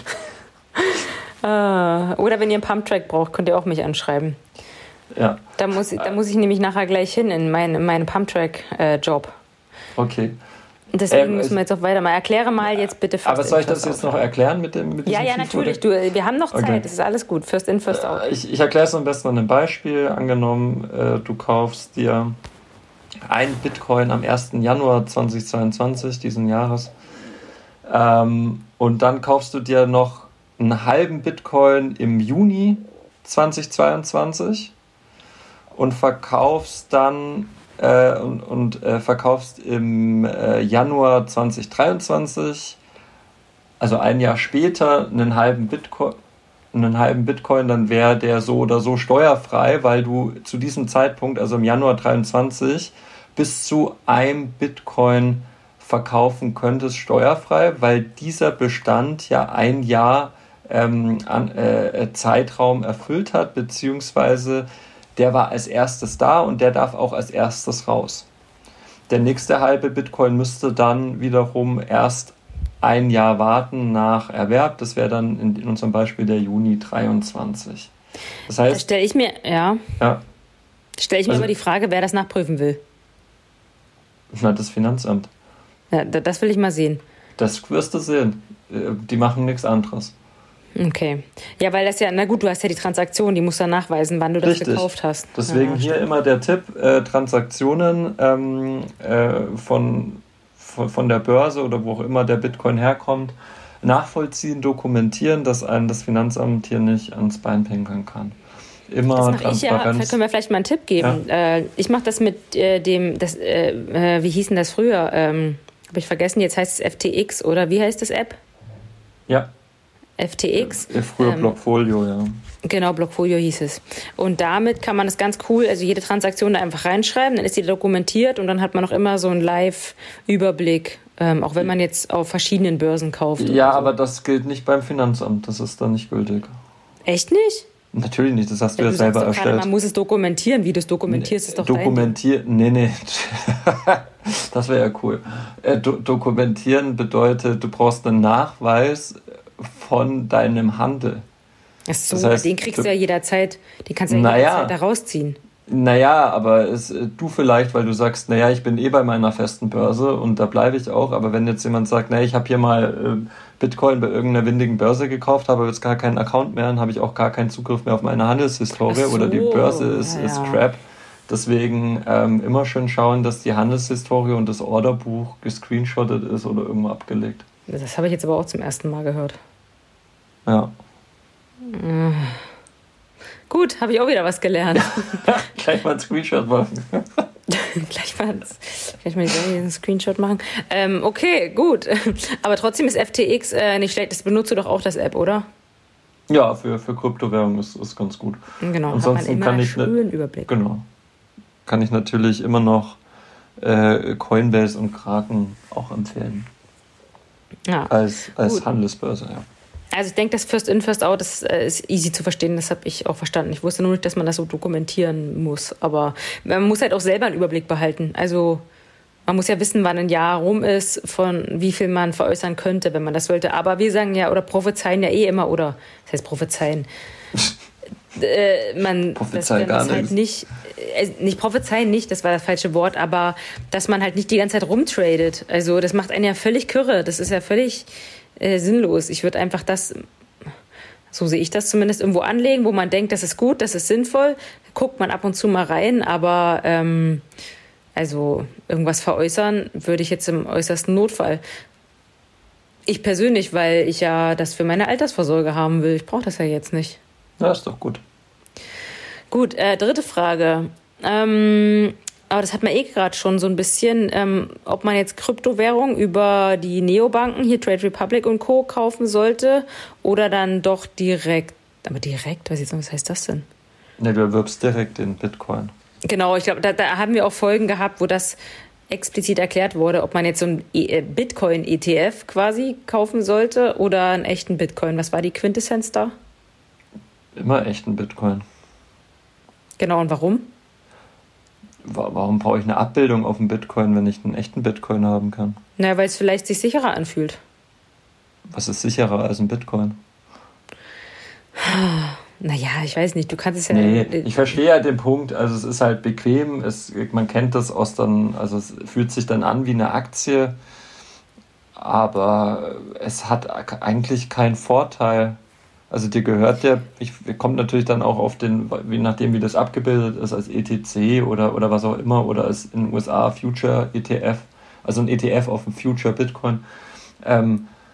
Oder wenn ihr einen Pumptrack braucht, könnt ihr auch mich anschreiben. Ja. Da muss, da muss ich nämlich nachher gleich hin in meinen mein Pumptrack-Job. Äh, okay. Deswegen ähm, müssen wir jetzt auch weitermachen. Erkläre mal jetzt bitte First Aber soll ich das jetzt noch erklären mit dem mit Ja, ja, natürlich. Du, wir haben noch Zeit. Okay. Das ist alles gut. First in, first out. Ich, ich erkläre es am besten an einem Beispiel. Angenommen, äh, du kaufst dir ein Bitcoin am ersten Januar zweitausendzweiundzwanzig diesen Jahres Ähm, und dann kaufst du dir noch einen halben Bitcoin im Juni zweitausendzweiundzwanzig und verkaufst dann äh, und, und äh, verkaufst im äh, Januar zweitausenddreiundzwanzig, also ein Jahr später, einen halben Bitcoin, einen halben Bitcoin, dann wäre der so oder so steuerfrei, weil du zu diesem Zeitpunkt, also im Januar dreiundzwanzig, bis zu einem Bitcoin verkaufen könntest steuerfrei, weil dieser Bestand ja ein Jahr ähm, an, äh, Zeitraum erfüllt hat, beziehungsweise der war als erstes da und der darf auch als erstes raus. Der nächste halbe Bitcoin müsste dann wiederum erst ein Jahr warten nach Erwerb. Das wäre dann in, in unserem Beispiel der Juni dreiundzwanzig. Das heißt, da stelle ich mir, ja, ja stelle ich mir also, aber die Frage, wer das nachprüfen will. Na, das Finanzamt. Ja, das will ich mal sehen. Das wirst du sehen. Die machen nichts anderes. Okay. Ja, weil das ja, na gut, du hast ja die Transaktion, die musst du dann nachweisen, wann du das Richtig. gekauft hast. Deswegen ja, hier stimmt. immer der Tipp, äh, Transaktionen ähm, äh, von, von, von der Börse oder wo auch immer der Bitcoin herkommt, nachvollziehen, dokumentieren, dass einem das Finanzamt hier nicht ans Bein pinkeln kann. Immer das mache ich ja, Transparenz. können wir vielleicht mal einen Tipp geben. Ja. Äh, ich mache das mit äh, dem, das, äh, wie hieß denn das früher? Ähm, Habe ich vergessen, jetzt heißt es F T X oder wie heißt das App? Ja. F T X. Ja, früher ähm, Blockfolio, ja. Genau, Blockfolio hieß es. Und damit kann man das ganz cool, also jede Transaktion da einfach reinschreiben, dann ist die dokumentiert und dann hat man auch immer so einen Live-Überblick, ähm, auch wenn man jetzt auf verschiedenen Börsen kauft. Ja, so. Aber das gilt nicht beim Finanzamt, das ist dann nicht gültig. Echt nicht? Natürlich nicht, das hast du ja, ja du selber sagst doch erstellt. Gerade, man muss es dokumentieren, wie du es dokumentierst, ist doch Dokumentieren, nee, nee, das wäre ja cool. Äh, do- dokumentieren bedeutet, du brauchst einen Nachweis von deinem Handel. Ach so, das heißt, den kriegst du ja jederzeit, den kannst du ja naja, jederzeit da rausziehen. Naja, aber es, du vielleicht, weil du sagst, naja, ich bin eh bei meiner festen Börse und da bleibe ich auch, aber wenn jetzt jemand sagt, naja, ich habe hier mal äh, Bitcoin bei irgendeiner windigen Börse gekauft, habe jetzt gar keinen Account mehr, dann habe ich auch gar keinen Zugriff mehr auf meine Handelshistorie so, oder die Börse ist, ja, ist ja. crap. Deswegen ähm, immer schön schauen, dass die Handelshistorie und das Orderbuch gescreenshottet ist oder irgendwo abgelegt. Das habe ich jetzt aber auch zum ersten Mal gehört. Ja. Äh. Gut, habe ich auch wieder was gelernt. Gleich mal einen Screenshot machen. gleich mal, gleich mal einen Screenshot machen. Ähm, okay, gut. Aber trotzdem ist F T X äh, nicht schlecht. Das benutzt du doch auch, das App, oder? Ja, für, für Kryptowährung ist ist ganz gut. Genau, ansonsten hat man immer kann einen ich schönen ne, Überblick. Genau. Kann ich natürlich immer noch äh, Coinbase und Kraken auch empfehlen. Ja. Als, als Gut. Handelsbörse, ja. Also ich denke, das First In, First Out, das äh, ist easy zu verstehen, das habe ich auch verstanden. Ich wusste nur nicht, dass man das so dokumentieren muss. Aber man muss halt auch selber einen Überblick behalten. Also man muss ja wissen, wann ein Jahr rum ist, von wie viel man veräußern könnte, wenn man das wollte. Aber wir sagen ja, oder prophezeien ja eh immer, oder das heißt prophezeien. äh, man Prophezei das, gar das halt nicht, äh, nicht prophezeien nicht, das war das falsche Wort, aber dass man halt nicht die ganze Zeit rumtradet. Also das macht einen ja völlig kirre. Das ist ja völlig äh, sinnlos. Ich würde einfach das, so sehe ich das zumindest, irgendwo anlegen, wo man denkt, das ist gut, das ist sinnvoll. Guckt man ab und zu mal rein, aber ähm, also irgendwas veräußern würde ich jetzt im äußersten Notfall. Ich persönlich, weil ich ja das für meine Altersvorsorge haben will. Ich brauche das ja jetzt nicht. Ja, ist doch gut. Gut, äh, dritte Frage. Ähm, aber das hat man eh gerade schon so ein bisschen, ähm, ob man jetzt Kryptowährung über die Neobanken, hier Trade Republic und Co. kaufen sollte oder dann doch direkt, aber direkt, weiß ich jetzt nicht, was heißt das denn? Ne, du erwirbst direkt den Bitcoin. Genau, ich glaube, da, da haben wir auch Folgen gehabt, wo das explizit erklärt wurde, ob man jetzt so einen e- Bitcoin-E T F quasi kaufen sollte oder einen echten Bitcoin. Was war die Quintessenz da? Immer echten Bitcoin. Genau, und warum? Warum brauche ich eine Abbildung auf dem Bitcoin, wenn ich einen echten Bitcoin haben kann? Naja, weil es vielleicht sich sicherer anfühlt. Was ist sicherer als ein Bitcoin? Naja, ich weiß nicht, du kannst es ja... Nee, ich verstehe ja den Punkt, also es ist halt bequem, es, man kennt das aus dann, also es fühlt sich dann an wie eine Aktie, aber es hat eigentlich keinen Vorteil. Also dir gehört der, ich kommt natürlich dann auch auf den, je nachdem wie das abgebildet ist, als E T C oder, oder was auch immer, oder als in den U S A Future E T F, also ein E T F auf dem Future Bitcoin. Ähm,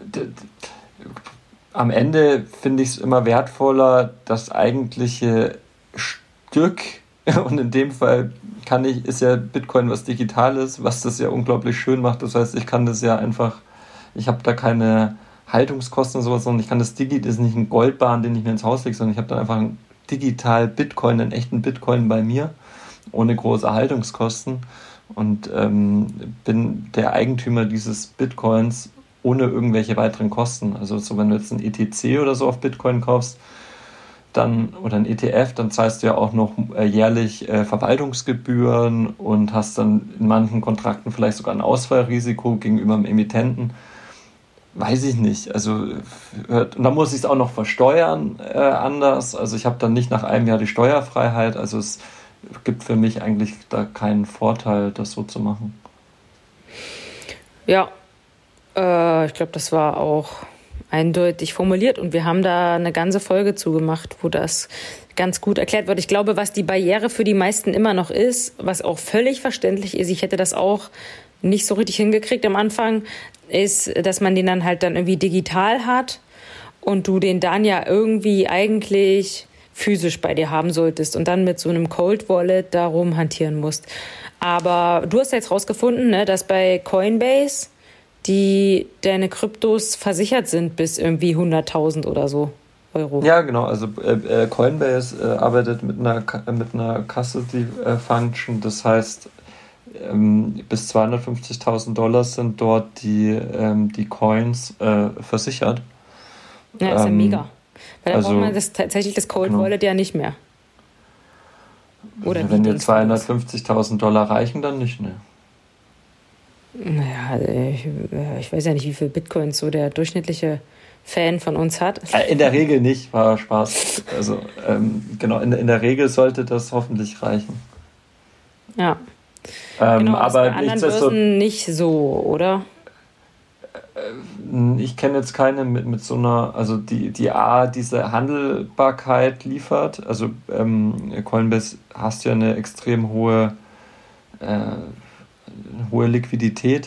d- d- am Ende finde ich es immer wertvoller, das eigentliche Stück, und in dem Fall kann ich, ist ja Bitcoin was Digitales, was das ja unglaublich schön macht. Das heißt, ich kann das ja einfach, ich habe da keine Haltungskosten und sowas, sondern ich kann das Digi, das ist nicht ein Goldbarren, den ich mir ins Haus lege, sondern ich habe dann einfach einen digital Bitcoin, einen echten Bitcoin bei mir, ohne große Haltungskosten, und ähm, bin der Eigentümer dieses Bitcoins ohne irgendwelche weiteren Kosten. Also so, wenn du jetzt ein E T C oder so auf Bitcoin kaufst, dann, oder ein E T F, dann zahlst du ja auch noch äh, jährlich äh, Verwaltungsgebühren und hast dann in manchen Kontrakten vielleicht sogar ein Ausfallrisiko gegenüber dem Emittenten. Weiß ich nicht. Also, und dann muss ich es auch noch versteuern äh, anders. Also ich habe dann nicht nach einem Jahr die Steuerfreiheit. Also es gibt für mich eigentlich da keinen Vorteil, das so zu machen. Ja, äh, ich glaube, das war auch eindeutig formuliert und wir haben da eine ganze Folge zugemacht, wo das ganz gut erklärt wird. Ich glaube, was die Barriere für die meisten immer noch ist, was auch völlig verständlich ist, ich hätte das auch nicht so richtig hingekriegt am Anfang, ist, dass man den dann halt dann irgendwie digital hat und du den dann ja irgendwie eigentlich physisch bei dir haben solltest und dann mit so einem Cold Wallet darum hantieren musst. Aber du hast ja jetzt rausgefunden, ne, dass bei Coinbase die deine Kryptos versichert sind bis irgendwie hunderttausend oder so Euro. Ja, genau. Also äh, Coinbase äh, arbeitet mit einer, mit einer Custody äh, Function. Das heißt, ähm, bis zweihundertfünfzigtausend Dollar sind dort die, ähm, die Coins äh, versichert. Ja, ist ja ähm, mega. Weil da also, braucht man das, tatsächlich das Cold genau. Wallet ja nicht mehr. Oder wenn dir zweihundertfünfzigtausend Dollar reichen, dann nicht, ne? Naja, ich, ich weiß ja nicht, wie viel Bitcoins so der durchschnittliche Fan von uns hat. In der Regel nicht, war Spaß. Also ähm, genau, in, in der Regel sollte das hoffentlich reichen. Ja. Ähm, genau, aber bei anderen Börsen nicht so, oder? Ich kenne jetzt keine mit, mit so einer, also die, die A, diese Handelbarkeit liefert. Also ähm, Coinbase hast ja eine extrem hohe äh, hohe Liquidität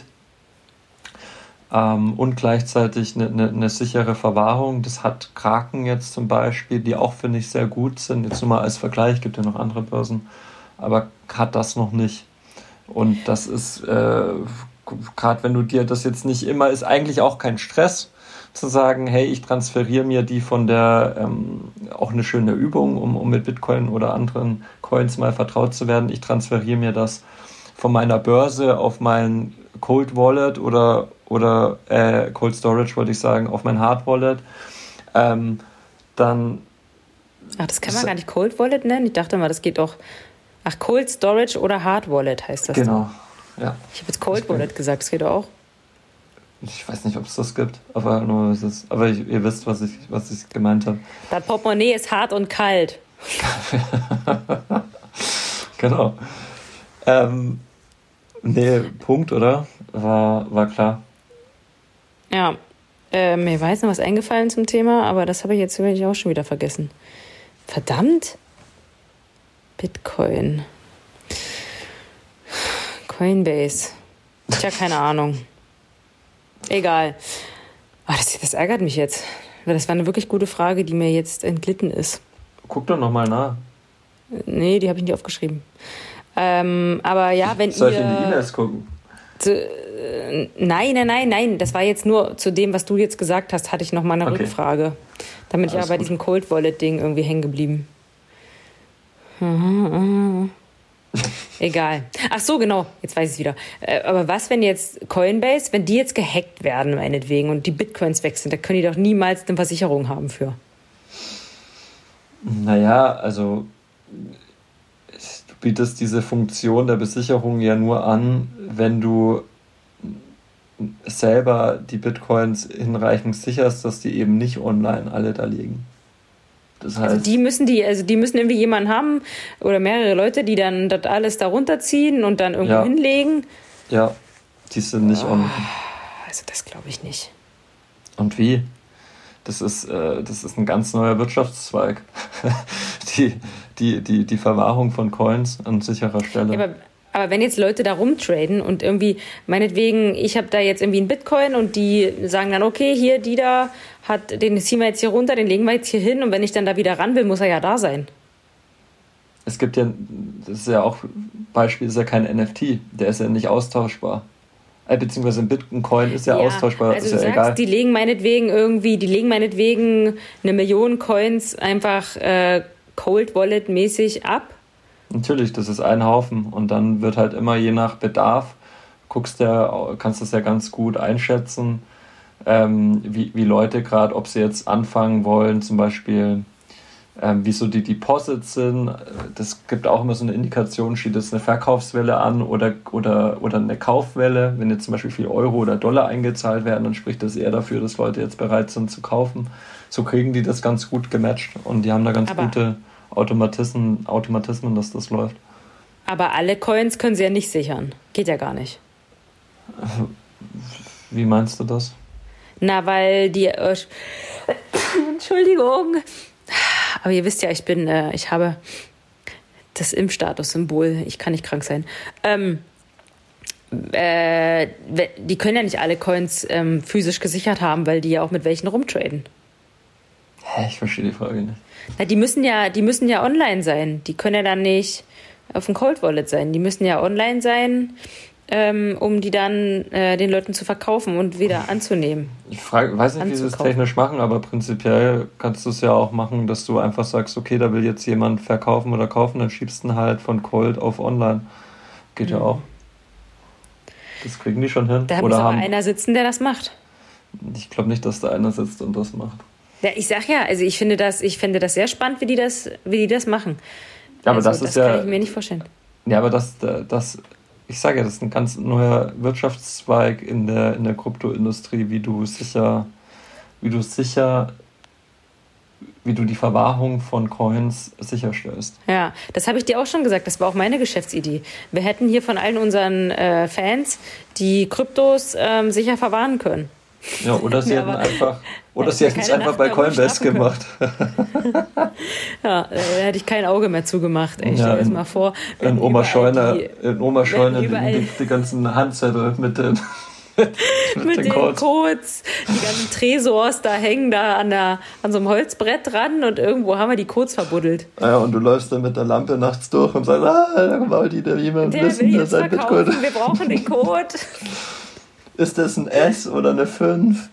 ähm, und gleichzeitig eine, eine, eine sichere Verwahrung. Das hat Kraken jetzt zum Beispiel, die auch, finde ich, sehr gut sind. Jetzt nur mal als Vergleich, gibt ja noch andere Börsen, aber hat das noch nicht. Und das ist, äh, gerade wenn du dir das jetzt nicht immer, ist eigentlich auch kein Stress, zu sagen, hey, ich transferiere mir die von der, ähm, auch eine schöne Übung, um, um mit Bitcoin oder anderen Coins mal vertraut zu werden, ich transferiere mir das von meiner Börse auf mein Cold Wallet oder, oder äh, Cold Storage, wollte ich sagen, auf mein Hard Wallet, ähm, dann... Ach, das kann man gar nicht Cold Wallet nennen? Ich dachte mal, das geht auch... Ach, Cold Storage oder Hard Wallet heißt das. Genau, dann. Ja. Ich habe jetzt Cold Wallet gesagt, das geht auch. Ich weiß nicht, ob es das gibt, aber, nur es ist, aber ich, ihr wisst, was ich, was ich gemeint habe. Das Portemonnaie ist hart und kalt. Genau. Ähm, nee, Punkt, oder? War, war klar. Ja, äh, mir war jetzt noch was eingefallen zum Thema, aber das habe ich jetzt wirklich auch schon wieder vergessen. Verdammt! Bitcoin. Coinbase. Tja, keine Ahnung. Egal. Oh, das, das ärgert mich jetzt. Weil das war eine wirklich gute Frage, die mir jetzt entglitten ist. Guck doch nochmal nach. Nee, die habe ich nicht aufgeschrieben. Ähm, aber ja, wenn Soll ihr... Soll ich in die E-Mails gucken? Zu, äh, nein, nein, nein, nein. Das war jetzt nur zu dem, was du jetzt gesagt hast, hatte ich noch mal eine okay. Rückfrage. Da bin ich aber bei diesem Cold Wallet-Ding irgendwie hängen geblieben. Egal. Ach so, genau. Jetzt weiß ich es wieder. Äh, aber was, wenn jetzt Coinbase, wenn die jetzt gehackt werden, meinetwegen, und die Bitcoins weg sind, da können die doch niemals eine Versicherung haben für. Naja, also du bietest diese Funktion der Besicherung ja nur an, wenn du selber die Bitcoins hinreichend sicherst, dass die eben nicht online alle da liegen. Das heißt, also die müssen die, also die müssen irgendwie jemanden haben oder mehrere Leute, die dann das alles da runterziehen und dann irgendwo ja. hinlegen. Ja, die sind nicht oh, online. Also das glaube ich nicht. Und wie? Das ist, äh, das ist ein ganz neuer Wirtschaftszweig. die, die, die, die Verwahrung von Coins an sicherer Stelle. Ja, aber, Aber wenn jetzt Leute da rumtraden und irgendwie, meinetwegen, ich habe da jetzt irgendwie einen Bitcoin und die sagen dann, okay, hier, die da, hat, den ziehen wir jetzt hier runter, den legen wir jetzt hier hin und wenn ich dann da wieder ran will, muss er ja da sein. Es gibt ja, das ist ja auch, Beispiel ist ja kein N F T, der ist ja nicht austauschbar. Äh, beziehungsweise ein Bitcoin ist ja, ja austauschbar, also ist ja du sagst, egal. Die legen meinetwegen irgendwie, die legen meinetwegen eine Million Coins einfach äh, Cold Wallet mäßig ab. Natürlich, das ist ein Haufen und dann wird halt immer je nach Bedarf, guckst ja, kannst das ja ganz gut einschätzen, ähm, wie, wie Leute gerade, ob sie jetzt anfangen wollen, zum Beispiel, ähm, wie so die Deposits sind. Das gibt auch immer so eine Indikation, steht jetzt eine Verkaufswelle an oder, oder, oder eine Kaufwelle. Wenn jetzt zum Beispiel viel Euro oder Dollar eingezahlt werden, dann spricht das eher dafür, dass Leute jetzt bereit sind zu kaufen. So kriegen die das ganz gut gematcht und die haben da ganz Aber gute Automatismen, Automatismen, dass das läuft. Aber alle Coins können sie ja nicht sichern. Geht ja gar nicht. Wie meinst du das? Na, weil die... Äh, Entschuldigung. Aber ihr wisst ja, ich bin... Äh, ich habe das Impfstatus-Symbol. Ich kann nicht krank sein. Ähm, äh, die können ja nicht alle Coins ähm, physisch gesichert haben, weil die ja auch mit welchen rumtraden. Hä, ich verstehe die Frage nicht. Na, die müssen ja, die müssen ja online sein. Die können ja dann nicht auf dem Cold Wallet sein. Die müssen ja online sein, ähm, um die dann äh, den Leuten zu verkaufen und wieder anzunehmen. Ich frage, weiß nicht, wie sie es technisch machen, aber prinzipiell kannst du es ja auch machen, dass du einfach sagst, okay, da will jetzt jemand verkaufen oder kaufen, dann schiebst du ihn halt von Cold auf online. Geht mhm. ja auch. Das kriegen die schon hin. Da muss aber einer sitzen, der das macht. Ich glaube nicht, dass da einer sitzt und das macht. Ja, ich sag ja, also ich finde das, ich finde das sehr spannend, wie die das, wie die das machen. Ja, aber also, das ist das ja. Das kann ich mir nicht vorstellen. Ja, aber das, das, ich sage ja, das ist ein ganz neuer Wirtschaftszweig in der in der Kryptoindustrie, wie du sicher, wie du sicher, wie du die Verwahrung von Coins sicherstellst. Ja, das habe ich dir auch schon gesagt. Das war auch meine Geschäftsidee. Wir hätten hier von allen unseren äh, Fans die Kryptos ähm, sicher verwahren können. Ja, oder sie ja, hätten einfach, oder sie hätten es einfach bei Coinbase gemacht. Ja, da hätte ich kein Auge mehr zugemacht. Ey, stell dir das mal vor. In Oma Scheuner, in Oma Scheuner die, die ganzen Handzettel mit den, mit, mit den, den Codes. Codes, die ganzen Tresors da hängen da an, der, an so einem Holzbrett dran und irgendwo haben wir die Codes verbuddelt. Ja, und du läufst dann mit der Lampe nachts durch und sagst, ah, da wollte da jemand der wissen, will dass sein Bitcoin. Wir brauchen den Code. Ist das ein S oder eine fünf?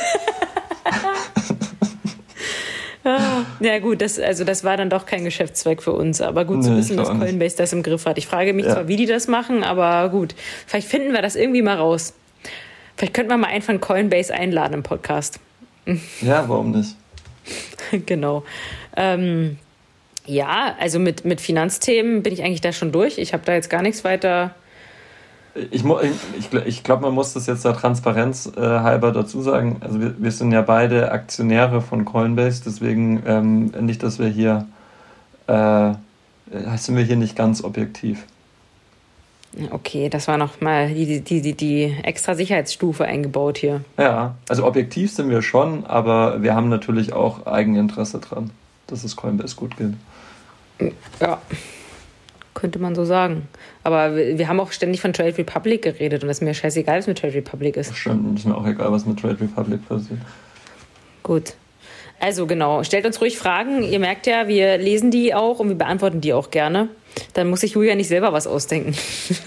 Ja gut, das, also das war dann doch kein Geschäftszweck für uns. Aber gut zu nee, wissen, dass Coinbase nicht. das im Griff hat. Ich frage mich ja. zwar, wie die das machen, aber gut. Vielleicht finden wir das irgendwie mal raus. Vielleicht könnten wir mal einen von Coinbase einladen im Podcast. Ja, warum nicht? Genau. Ähm, ja, also mit, mit Finanzthemen bin ich eigentlich da schon durch. Ich habe da jetzt gar nichts weiter... Ich, ich, ich glaube, man muss das jetzt der Transparenz äh, halber dazu sagen. Also wir, wir sind ja beide Aktionäre von Coinbase, deswegen ähm, nicht, dass wir hier äh, sind wir hier nicht ganz objektiv. Okay, das war nochmal die, die, die, die extra Sicherheitsstufe eingebaut hier. Ja, also objektiv sind wir schon, aber wir haben natürlich auch Eigeninteresse dran, dass es Coinbase gut geht. Ja. Könnte man so sagen. Aber wir, wir haben auch ständig von Trade Republic geredet und es ist mir scheißegal, was mit Trade Republic ist. Stimmt, ist mir auch egal, was mit Trade Republic passiert. Gut. Also genau, stellt uns ruhig Fragen. Ihr merkt ja, wir lesen die auch und wir beantworten die auch gerne. Dann muss sich Julia nicht selber was ausdenken.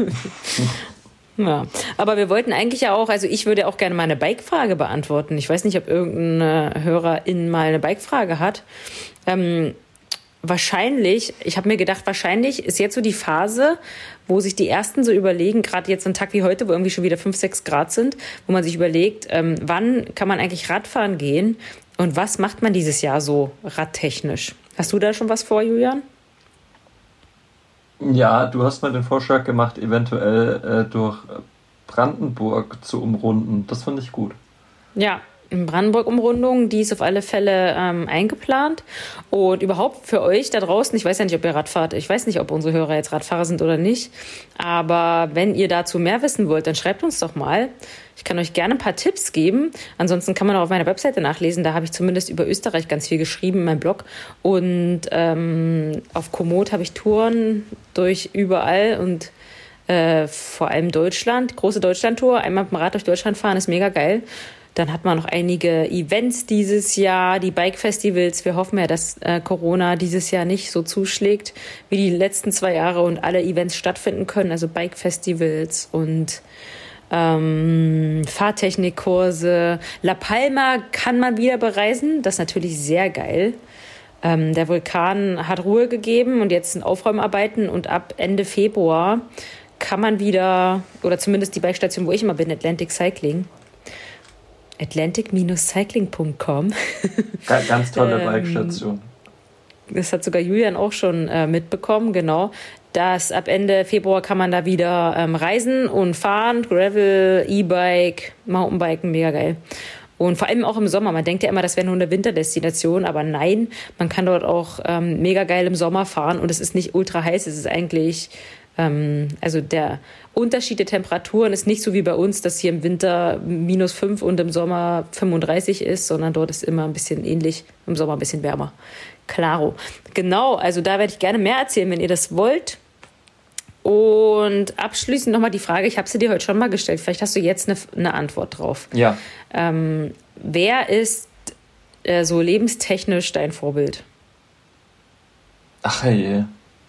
Ja, aber wir wollten eigentlich ja auch, also ich würde auch gerne mal eine Bike-Frage beantworten. Ich weiß nicht, ob irgendein Hörerin mal eine Bike-Frage hat. Ähm, Wahrscheinlich, ich habe mir gedacht, wahrscheinlich ist jetzt so die Phase, wo sich die Ersten so überlegen, gerade jetzt ein Tag wie heute, wo irgendwie schon wieder fünf, sechs Grad sind, wo man sich überlegt, ähm, wann kann man eigentlich Radfahren gehen und was macht man dieses Jahr so radtechnisch? Hast du da schon was vor, Julian? Ja, du hast mal den Vorschlag gemacht, eventuell äh, durch Brandenburg zu umrunden. Das fand ich gut. Ja. In Brandenburg-Umrundung, die ist auf alle Fälle ähm, eingeplant. Und überhaupt für euch da draußen, ich weiß ja nicht, ob ihr Radfahrt, ich weiß nicht, ob unsere Hörer jetzt Radfahrer sind oder nicht, aber wenn ihr dazu mehr wissen wollt, dann schreibt uns doch mal. Ich kann euch gerne ein paar Tipps geben. Ansonsten kann man auch auf meiner Webseite nachlesen. Da habe ich zumindest über Österreich ganz viel geschrieben in meinem Blog. Und ähm, auf Komoot habe ich Touren durch überall und Äh, vor allem Deutschland, große Deutschland-Tour. Einmal mit dem Rad durch Deutschland fahren ist mega geil. Dann hat man noch einige Events dieses Jahr, die Bike-Festivals. Wir hoffen ja, dass äh, Corona dieses Jahr nicht so zuschlägt wie die letzten zwei Jahre und alle Events stattfinden können. Also Bike-Festivals und ähm, Fahrtechnikkurse. La Palma kann man wieder bereisen. Das ist natürlich sehr geil. Ähm, der Vulkan hat Ruhe gegeben und jetzt sind Aufräumarbeiten. Und ab Ende Februar kann man wieder, oder zumindest die Bikestation, wo ich immer bin, Atlantic Cycling, atlantic Bindestrich cycling Punkt com. Ganz tolle Bikestation. Das hat sogar Julian auch schon äh, mitbekommen, genau. Dass ab Ende Februar kann man da wieder ähm, reisen und fahren, Gravel, E-Bike, Mountainbiken, mega geil. Und vor allem auch im Sommer. Man denkt ja immer, das wäre nur eine Winterdestination, aber nein, man kann dort auch ähm, mega geil im Sommer fahren und es ist nicht ultra heiß, es ist eigentlich... Also der Unterschied der Temperaturen ist nicht so wie bei uns, dass hier im Winter minus fünf und im Sommer fünfunddreißig ist, sondern dort ist immer ein bisschen ähnlich, im Sommer ein bisschen wärmer. Klaro. Genau, also da werde ich gerne mehr erzählen, wenn ihr das wollt. Und abschließend nochmal die Frage, ich habe sie dir heute schon mal gestellt, vielleicht hast du jetzt eine, eine Antwort drauf. Ja. Ähm, wer ist äh, so lebenstechnisch dein Vorbild? Ach hey.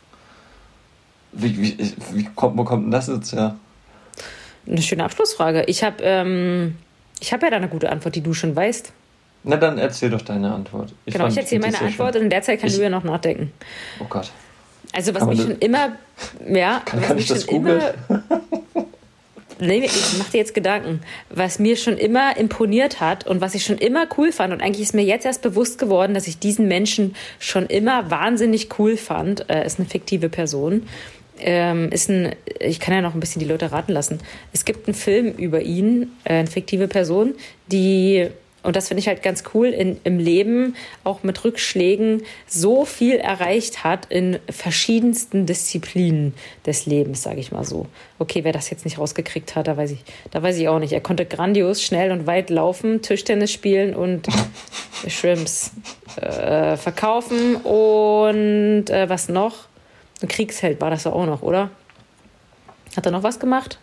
Wie, wie, wie kommt, wo kommt denn das jetzt her? Eine schöne Abschlussfrage. Ich habe ähm, ich hab ja da eine gute Antwort, die du schon weißt. Na, dann erzähl doch deine Antwort. Ich genau, fand, ich erzähle meine Antwort und in der Zeit kann ich, du ja noch nachdenken. Oh Gott. Also was mich schon immer... Ja, kann, was kann mich ich das schon googeln? Immer, nee, ich mach dir jetzt Gedanken. Was mir schon immer imponiert hat und was ich schon immer cool fand und eigentlich ist mir jetzt erst bewusst geworden, dass ich diesen Menschen schon immer wahnsinnig cool fand, äh, ist eine fiktive Person. Ähm, ist ein, ich kann ja noch ein bisschen die Leute raten lassen. Es gibt einen Film über ihn, äh, eine fiktive Person, die, und das finde ich halt ganz cool, in, im Leben auch mit Rückschlägen so viel erreicht hat in verschiedensten Disziplinen des Lebens, sage ich mal so. Okay, wer das jetzt nicht rausgekriegt hat, da weiß ich, da weiß ich auch nicht. Er konnte grandios, schnell und weit laufen, Tischtennis spielen und Shrimps äh, verkaufen und äh, was noch? Ein Kriegsheld war das auch noch, oder? Hat er noch was gemacht?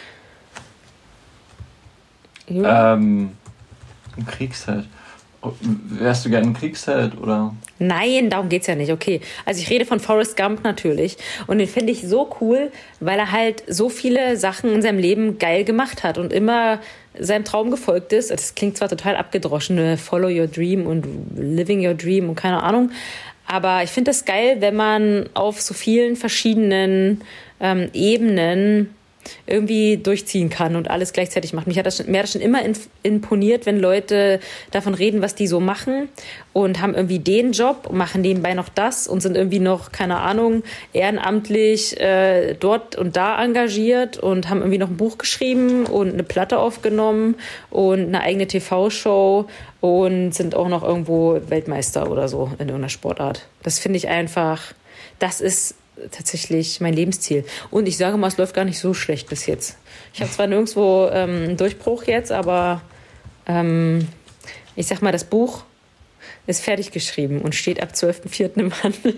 Ähm, ein Kriegsheld. Wärst du gerne ein Kriegsheld, oder? Nein, darum geht's ja nicht. Okay, also ich rede von Forrest Gump natürlich. Und den finde ich so cool, weil er halt so viele Sachen in seinem Leben geil gemacht hat und immer seinem Traum gefolgt ist. Das klingt zwar total abgedroschen, Follow Your Dream und Living Your Dream und keine Ahnung. Aber ich finde das geil, wenn man auf so vielen verschiedenen ähm, Ebenen irgendwie durchziehen kann und alles gleichzeitig macht. Mich hat das schon, mir hat das schon immer imponiert, wenn Leute davon reden, was die so machen und haben irgendwie den Job und machen nebenbei noch das und sind irgendwie noch, keine Ahnung, ehrenamtlich äh, dort und da engagiert und haben irgendwie noch ein Buch geschrieben und eine Platte aufgenommen und eine eigene T V-Show und sind auch noch irgendwo Weltmeister oder so in irgendeiner Sportart. Das finde ich einfach, das ist tatsächlich mein Lebensziel. Und ich sage mal, es läuft gar nicht so schlecht bis jetzt. Ich habe zwar nirgendwo ähm, einen Durchbruch jetzt, aber ähm, ich sag mal, das Buch ist fertig geschrieben und steht ab zwölften vierten im Handel.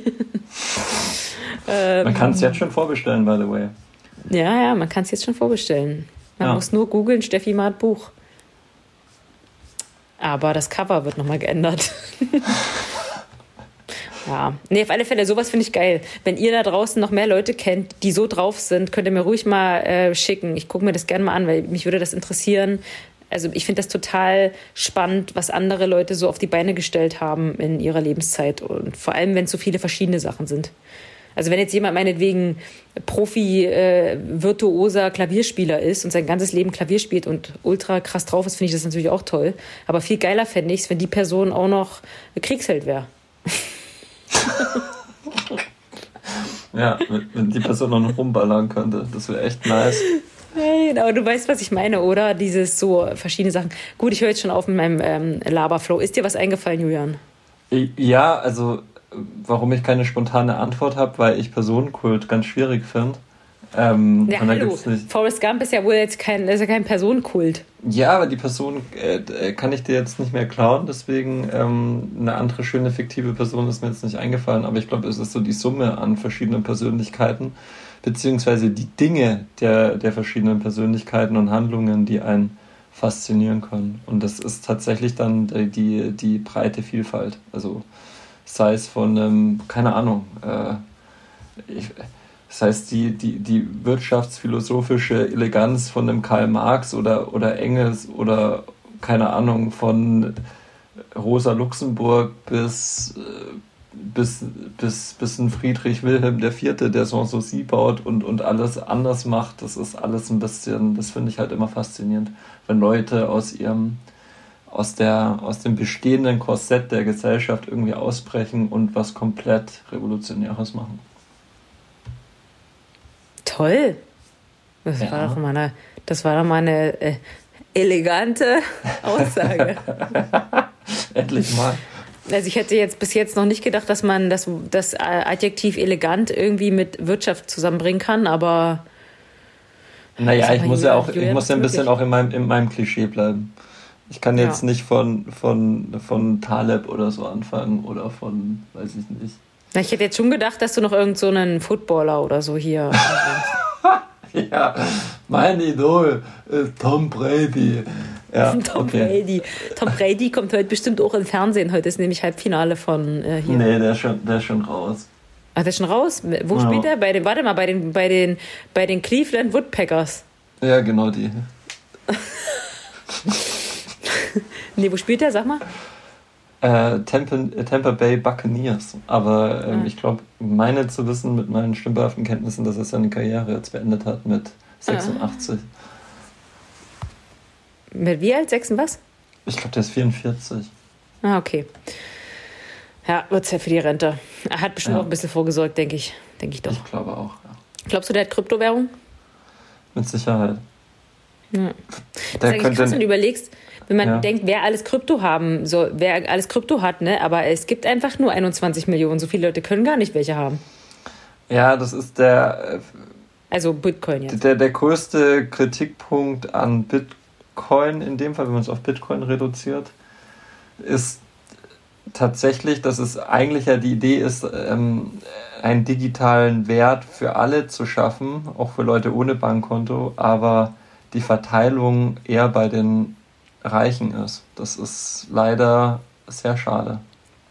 ähm, man kann es jetzt schon vorbestellen, by the way. Ja, ja, man kann es jetzt schon vorbestellen. Man ja. muss nur googeln, Steffi Maat Buch. Aber das Cover wird nochmal geändert. Ja, nee, auf alle Fälle, sowas finde ich geil. Wenn ihr da draußen noch mehr Leute kennt, die so drauf sind, könnt ihr mir ruhig mal äh, schicken. Ich gucke mir das gerne mal an, weil mich würde das interessieren. Also ich finde das total spannend, was andere Leute so auf die Beine gestellt haben in ihrer Lebenszeit. Und vor allem, wenn es so viele verschiedene Sachen sind. Also wenn jetzt jemand meinetwegen Profi, äh, virtuoser Klavierspieler ist und sein ganzes Leben Klavier spielt und ultra krass drauf ist, finde ich das natürlich auch toll. Aber viel geiler fände ich es, wenn die Person auch noch Kriegsheld wäre. Ja, wenn die Person noch rumballern könnte, das wäre echt nice. Nein, aber du weißt, was ich meine, oder? Dieses so verschiedene Sachen. Gut, ich höre jetzt schon auf mit meinem ähm, Laberflow. Ist dir was eingefallen, Julian? Ja, also warum ich keine spontane Antwort habe, weil ich Personenkult ganz schwierig finde. Ähm, ja, hallo. Forrest Gump ist ja wohl jetzt kein, ist ja kein Personenkult. Ja, aber die Person äh, kann ich dir jetzt nicht mehr klauen, deswegen ähm, eine andere schöne fiktive Person ist mir jetzt nicht eingefallen, aber ich glaube, es ist so die Summe an verschiedenen Persönlichkeiten, beziehungsweise die Dinge der, der verschiedenen Persönlichkeiten und Handlungen, die einen faszinieren können. Und das ist tatsächlich dann die, die breite Vielfalt. Also sei es von einem, keine Ahnung, äh, ich, das heißt die, die, die wirtschaftsphilosophische Eleganz von einem Karl Marx oder, oder Engels oder keine Ahnung von Rosa Luxemburg bis, bis, bis, bis ein Friedrich Wilhelm der Vierte, der Sanssouci baut und, und alles anders macht. Das ist alles ein bisschen, das finde ich halt immer faszinierend, wenn Leute aus ihrem aus der aus dem bestehenden Korsett der Gesellschaft irgendwie ausbrechen und was komplett Revolutionäres machen. Toll. Das ja. war doch mal eine, das war doch mal eine äh, elegante Aussage. Endlich mal. Also ich hätte jetzt bis jetzt noch nicht gedacht, dass man das, das Adjektiv elegant irgendwie mit Wirtschaft zusammenbringen kann, aber naja, ich muss ja auch, ich muss ja ein bisschen auch in meinem, in meinem Klischee bleiben. Ich kann jetzt ja. nicht von, von, von Taleb oder so anfangen oder von, weiß ich nicht. Na, ich hätte jetzt schon gedacht, dass du noch irgend so einen Footballer oder so hier ja, mein Idol ist Tom Brady. Ja, Tom okay. Brady. Tom Brady kommt heute bestimmt auch im Fernsehen. Heute ist nämlich Halbfinale von äh, hier. Nee, der ist schon, der ist schon raus. Ach, der ist schon raus? Wo ja. spielt er? Bei den, warte mal, bei den, bei den, bei den Cleveland Woodpeckers. Ja, genau die. Nee, wo spielt er? Sag mal. Äh, Tampa, Tampa Bay Buccaneers. Aber ähm, ah. ich glaube, meine zu wissen mit meinen stümperhaften Kenntnissen, dass er seine Karriere jetzt beendet hat mit sechsundachtzig. Ah. Mit wie alt? sechs und was? Ich glaube, der ist vierundvierzig. Ah, okay. Ja, wird Zeit für die Rente. Er hat bestimmt ja. auch ein bisschen vorgesorgt, denke ich. Denke ich doch. Ich glaube auch, ja. Glaubst du, der hat Kryptowährung? Mit Sicherheit. Ja. Das ist eigentlich krass, wenn du überlegst, wenn man ja. denkt, wer alles Krypto haben soll, wer alles Krypto hat, ne? Aber es gibt einfach nur einundzwanzig Millionen. So viele Leute können gar nicht welche haben. Ja, das ist der... Also Bitcoin jetzt. Der, der größte Kritikpunkt an Bitcoin, in dem Fall, wenn man es auf Bitcoin reduziert, ist tatsächlich, dass es eigentlich ja die Idee ist, ähm, einen digitalen Wert für alle zu schaffen, auch für Leute ohne Bankkonto, aber die Verteilung eher bei den Reichen ist. Das ist leider sehr schade.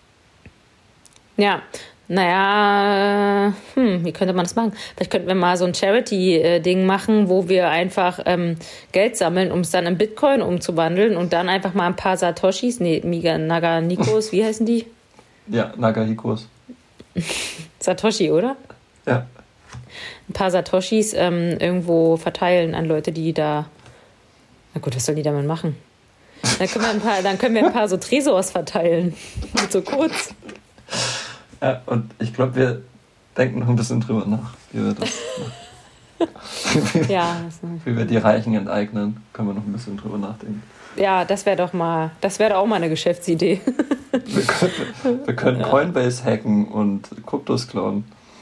Ja, naja, hm, wie könnte man das machen? Vielleicht könnten wir mal so ein Charity-Ding machen, wo wir einfach ähm, Geld sammeln, um es dann in Bitcoin umzuwandeln und dann einfach mal ein paar Satoshis, nee, Miga, Naganikos, wie heißen die? Ja, Nagahikos. Satoshi, oder? Ja. Ein paar Satoshis ähm, irgendwo verteilen an Leute, die da... Na gut, was sollen die damit machen? Dann können wir ein paar, dann können wir ein paar so Tresors verteilen. Mit so kurz. Ja, und ich glaube, wir denken noch ein bisschen drüber nach, wie wir das machen. Ja, wie wir die Reichen enteignen, können wir noch ein bisschen drüber nachdenken. Ja, das wäre doch mal, das wäre auch mal eine Geschäftsidee. Wir können, wir können ja. Coinbase hacken und Kryptos klauen.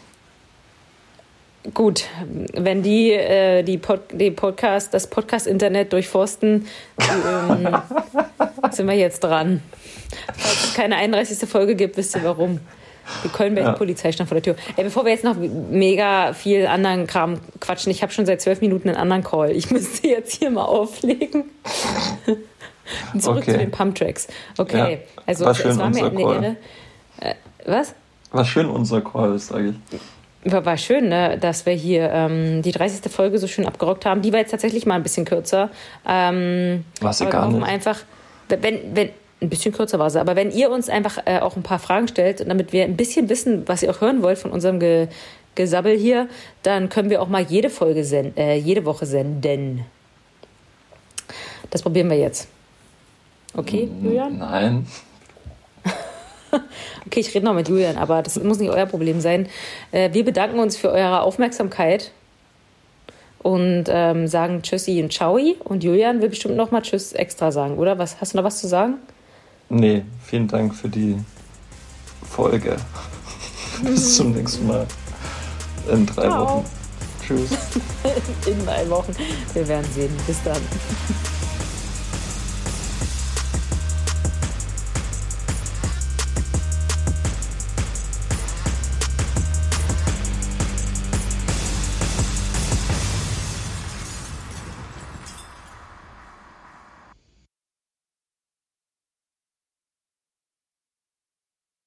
Gut, wenn die, äh, die, Pod, die Podcast, das Podcast-Internet durchforsten, ähm, sind wir jetzt dran. Falls es keine einunddreißigste Folge gibt, wisst ihr warum. Die Köln-Polizei stand vor der Tür. Ey, bevor wir jetzt noch mega viel anderen Kram quatschen, ich habe schon seit zwölf Minuten einen anderen Call. Ich müsste jetzt hier mal auflegen. Zurück okay. zu den Pump-Tracks. Okay, ja, also es, es war mir eine Ehre. Äh, was? War schön unser Call, sage ich. War schön, ne, dass wir hier ähm, die dreißigste Folge so schön abgerockt haben. Die war jetzt tatsächlich mal ein bisschen kürzer. Ähm, Was egal nicht. Einfach, wenn, wenn, ein bisschen kürzer war sie, aber wenn ihr uns einfach äh, auch ein paar Fragen stellt, damit wir ein bisschen wissen, was ihr auch hören wollt von unserem Ge- Gesabbel hier, dann können wir auch mal jede Folge senden, äh, jede Woche senden. Das probieren wir jetzt. Okay, Julian? Nein. Okay, ich rede noch mit Julian, aber das muss nicht euer Problem sein. Äh, wir bedanken uns für eure Aufmerksamkeit und ähm, sagen Tschüssi und Ciao. Und Julian will bestimmt noch mal Tschüss extra sagen, oder? Was, hast du noch was zu sagen? Nee, vielen Dank für die Folge. Bis zum nächsten Mal. In drei Ciao. Wochen. Tschüss. In drei Wochen. Wir werden sehen. Bis dann.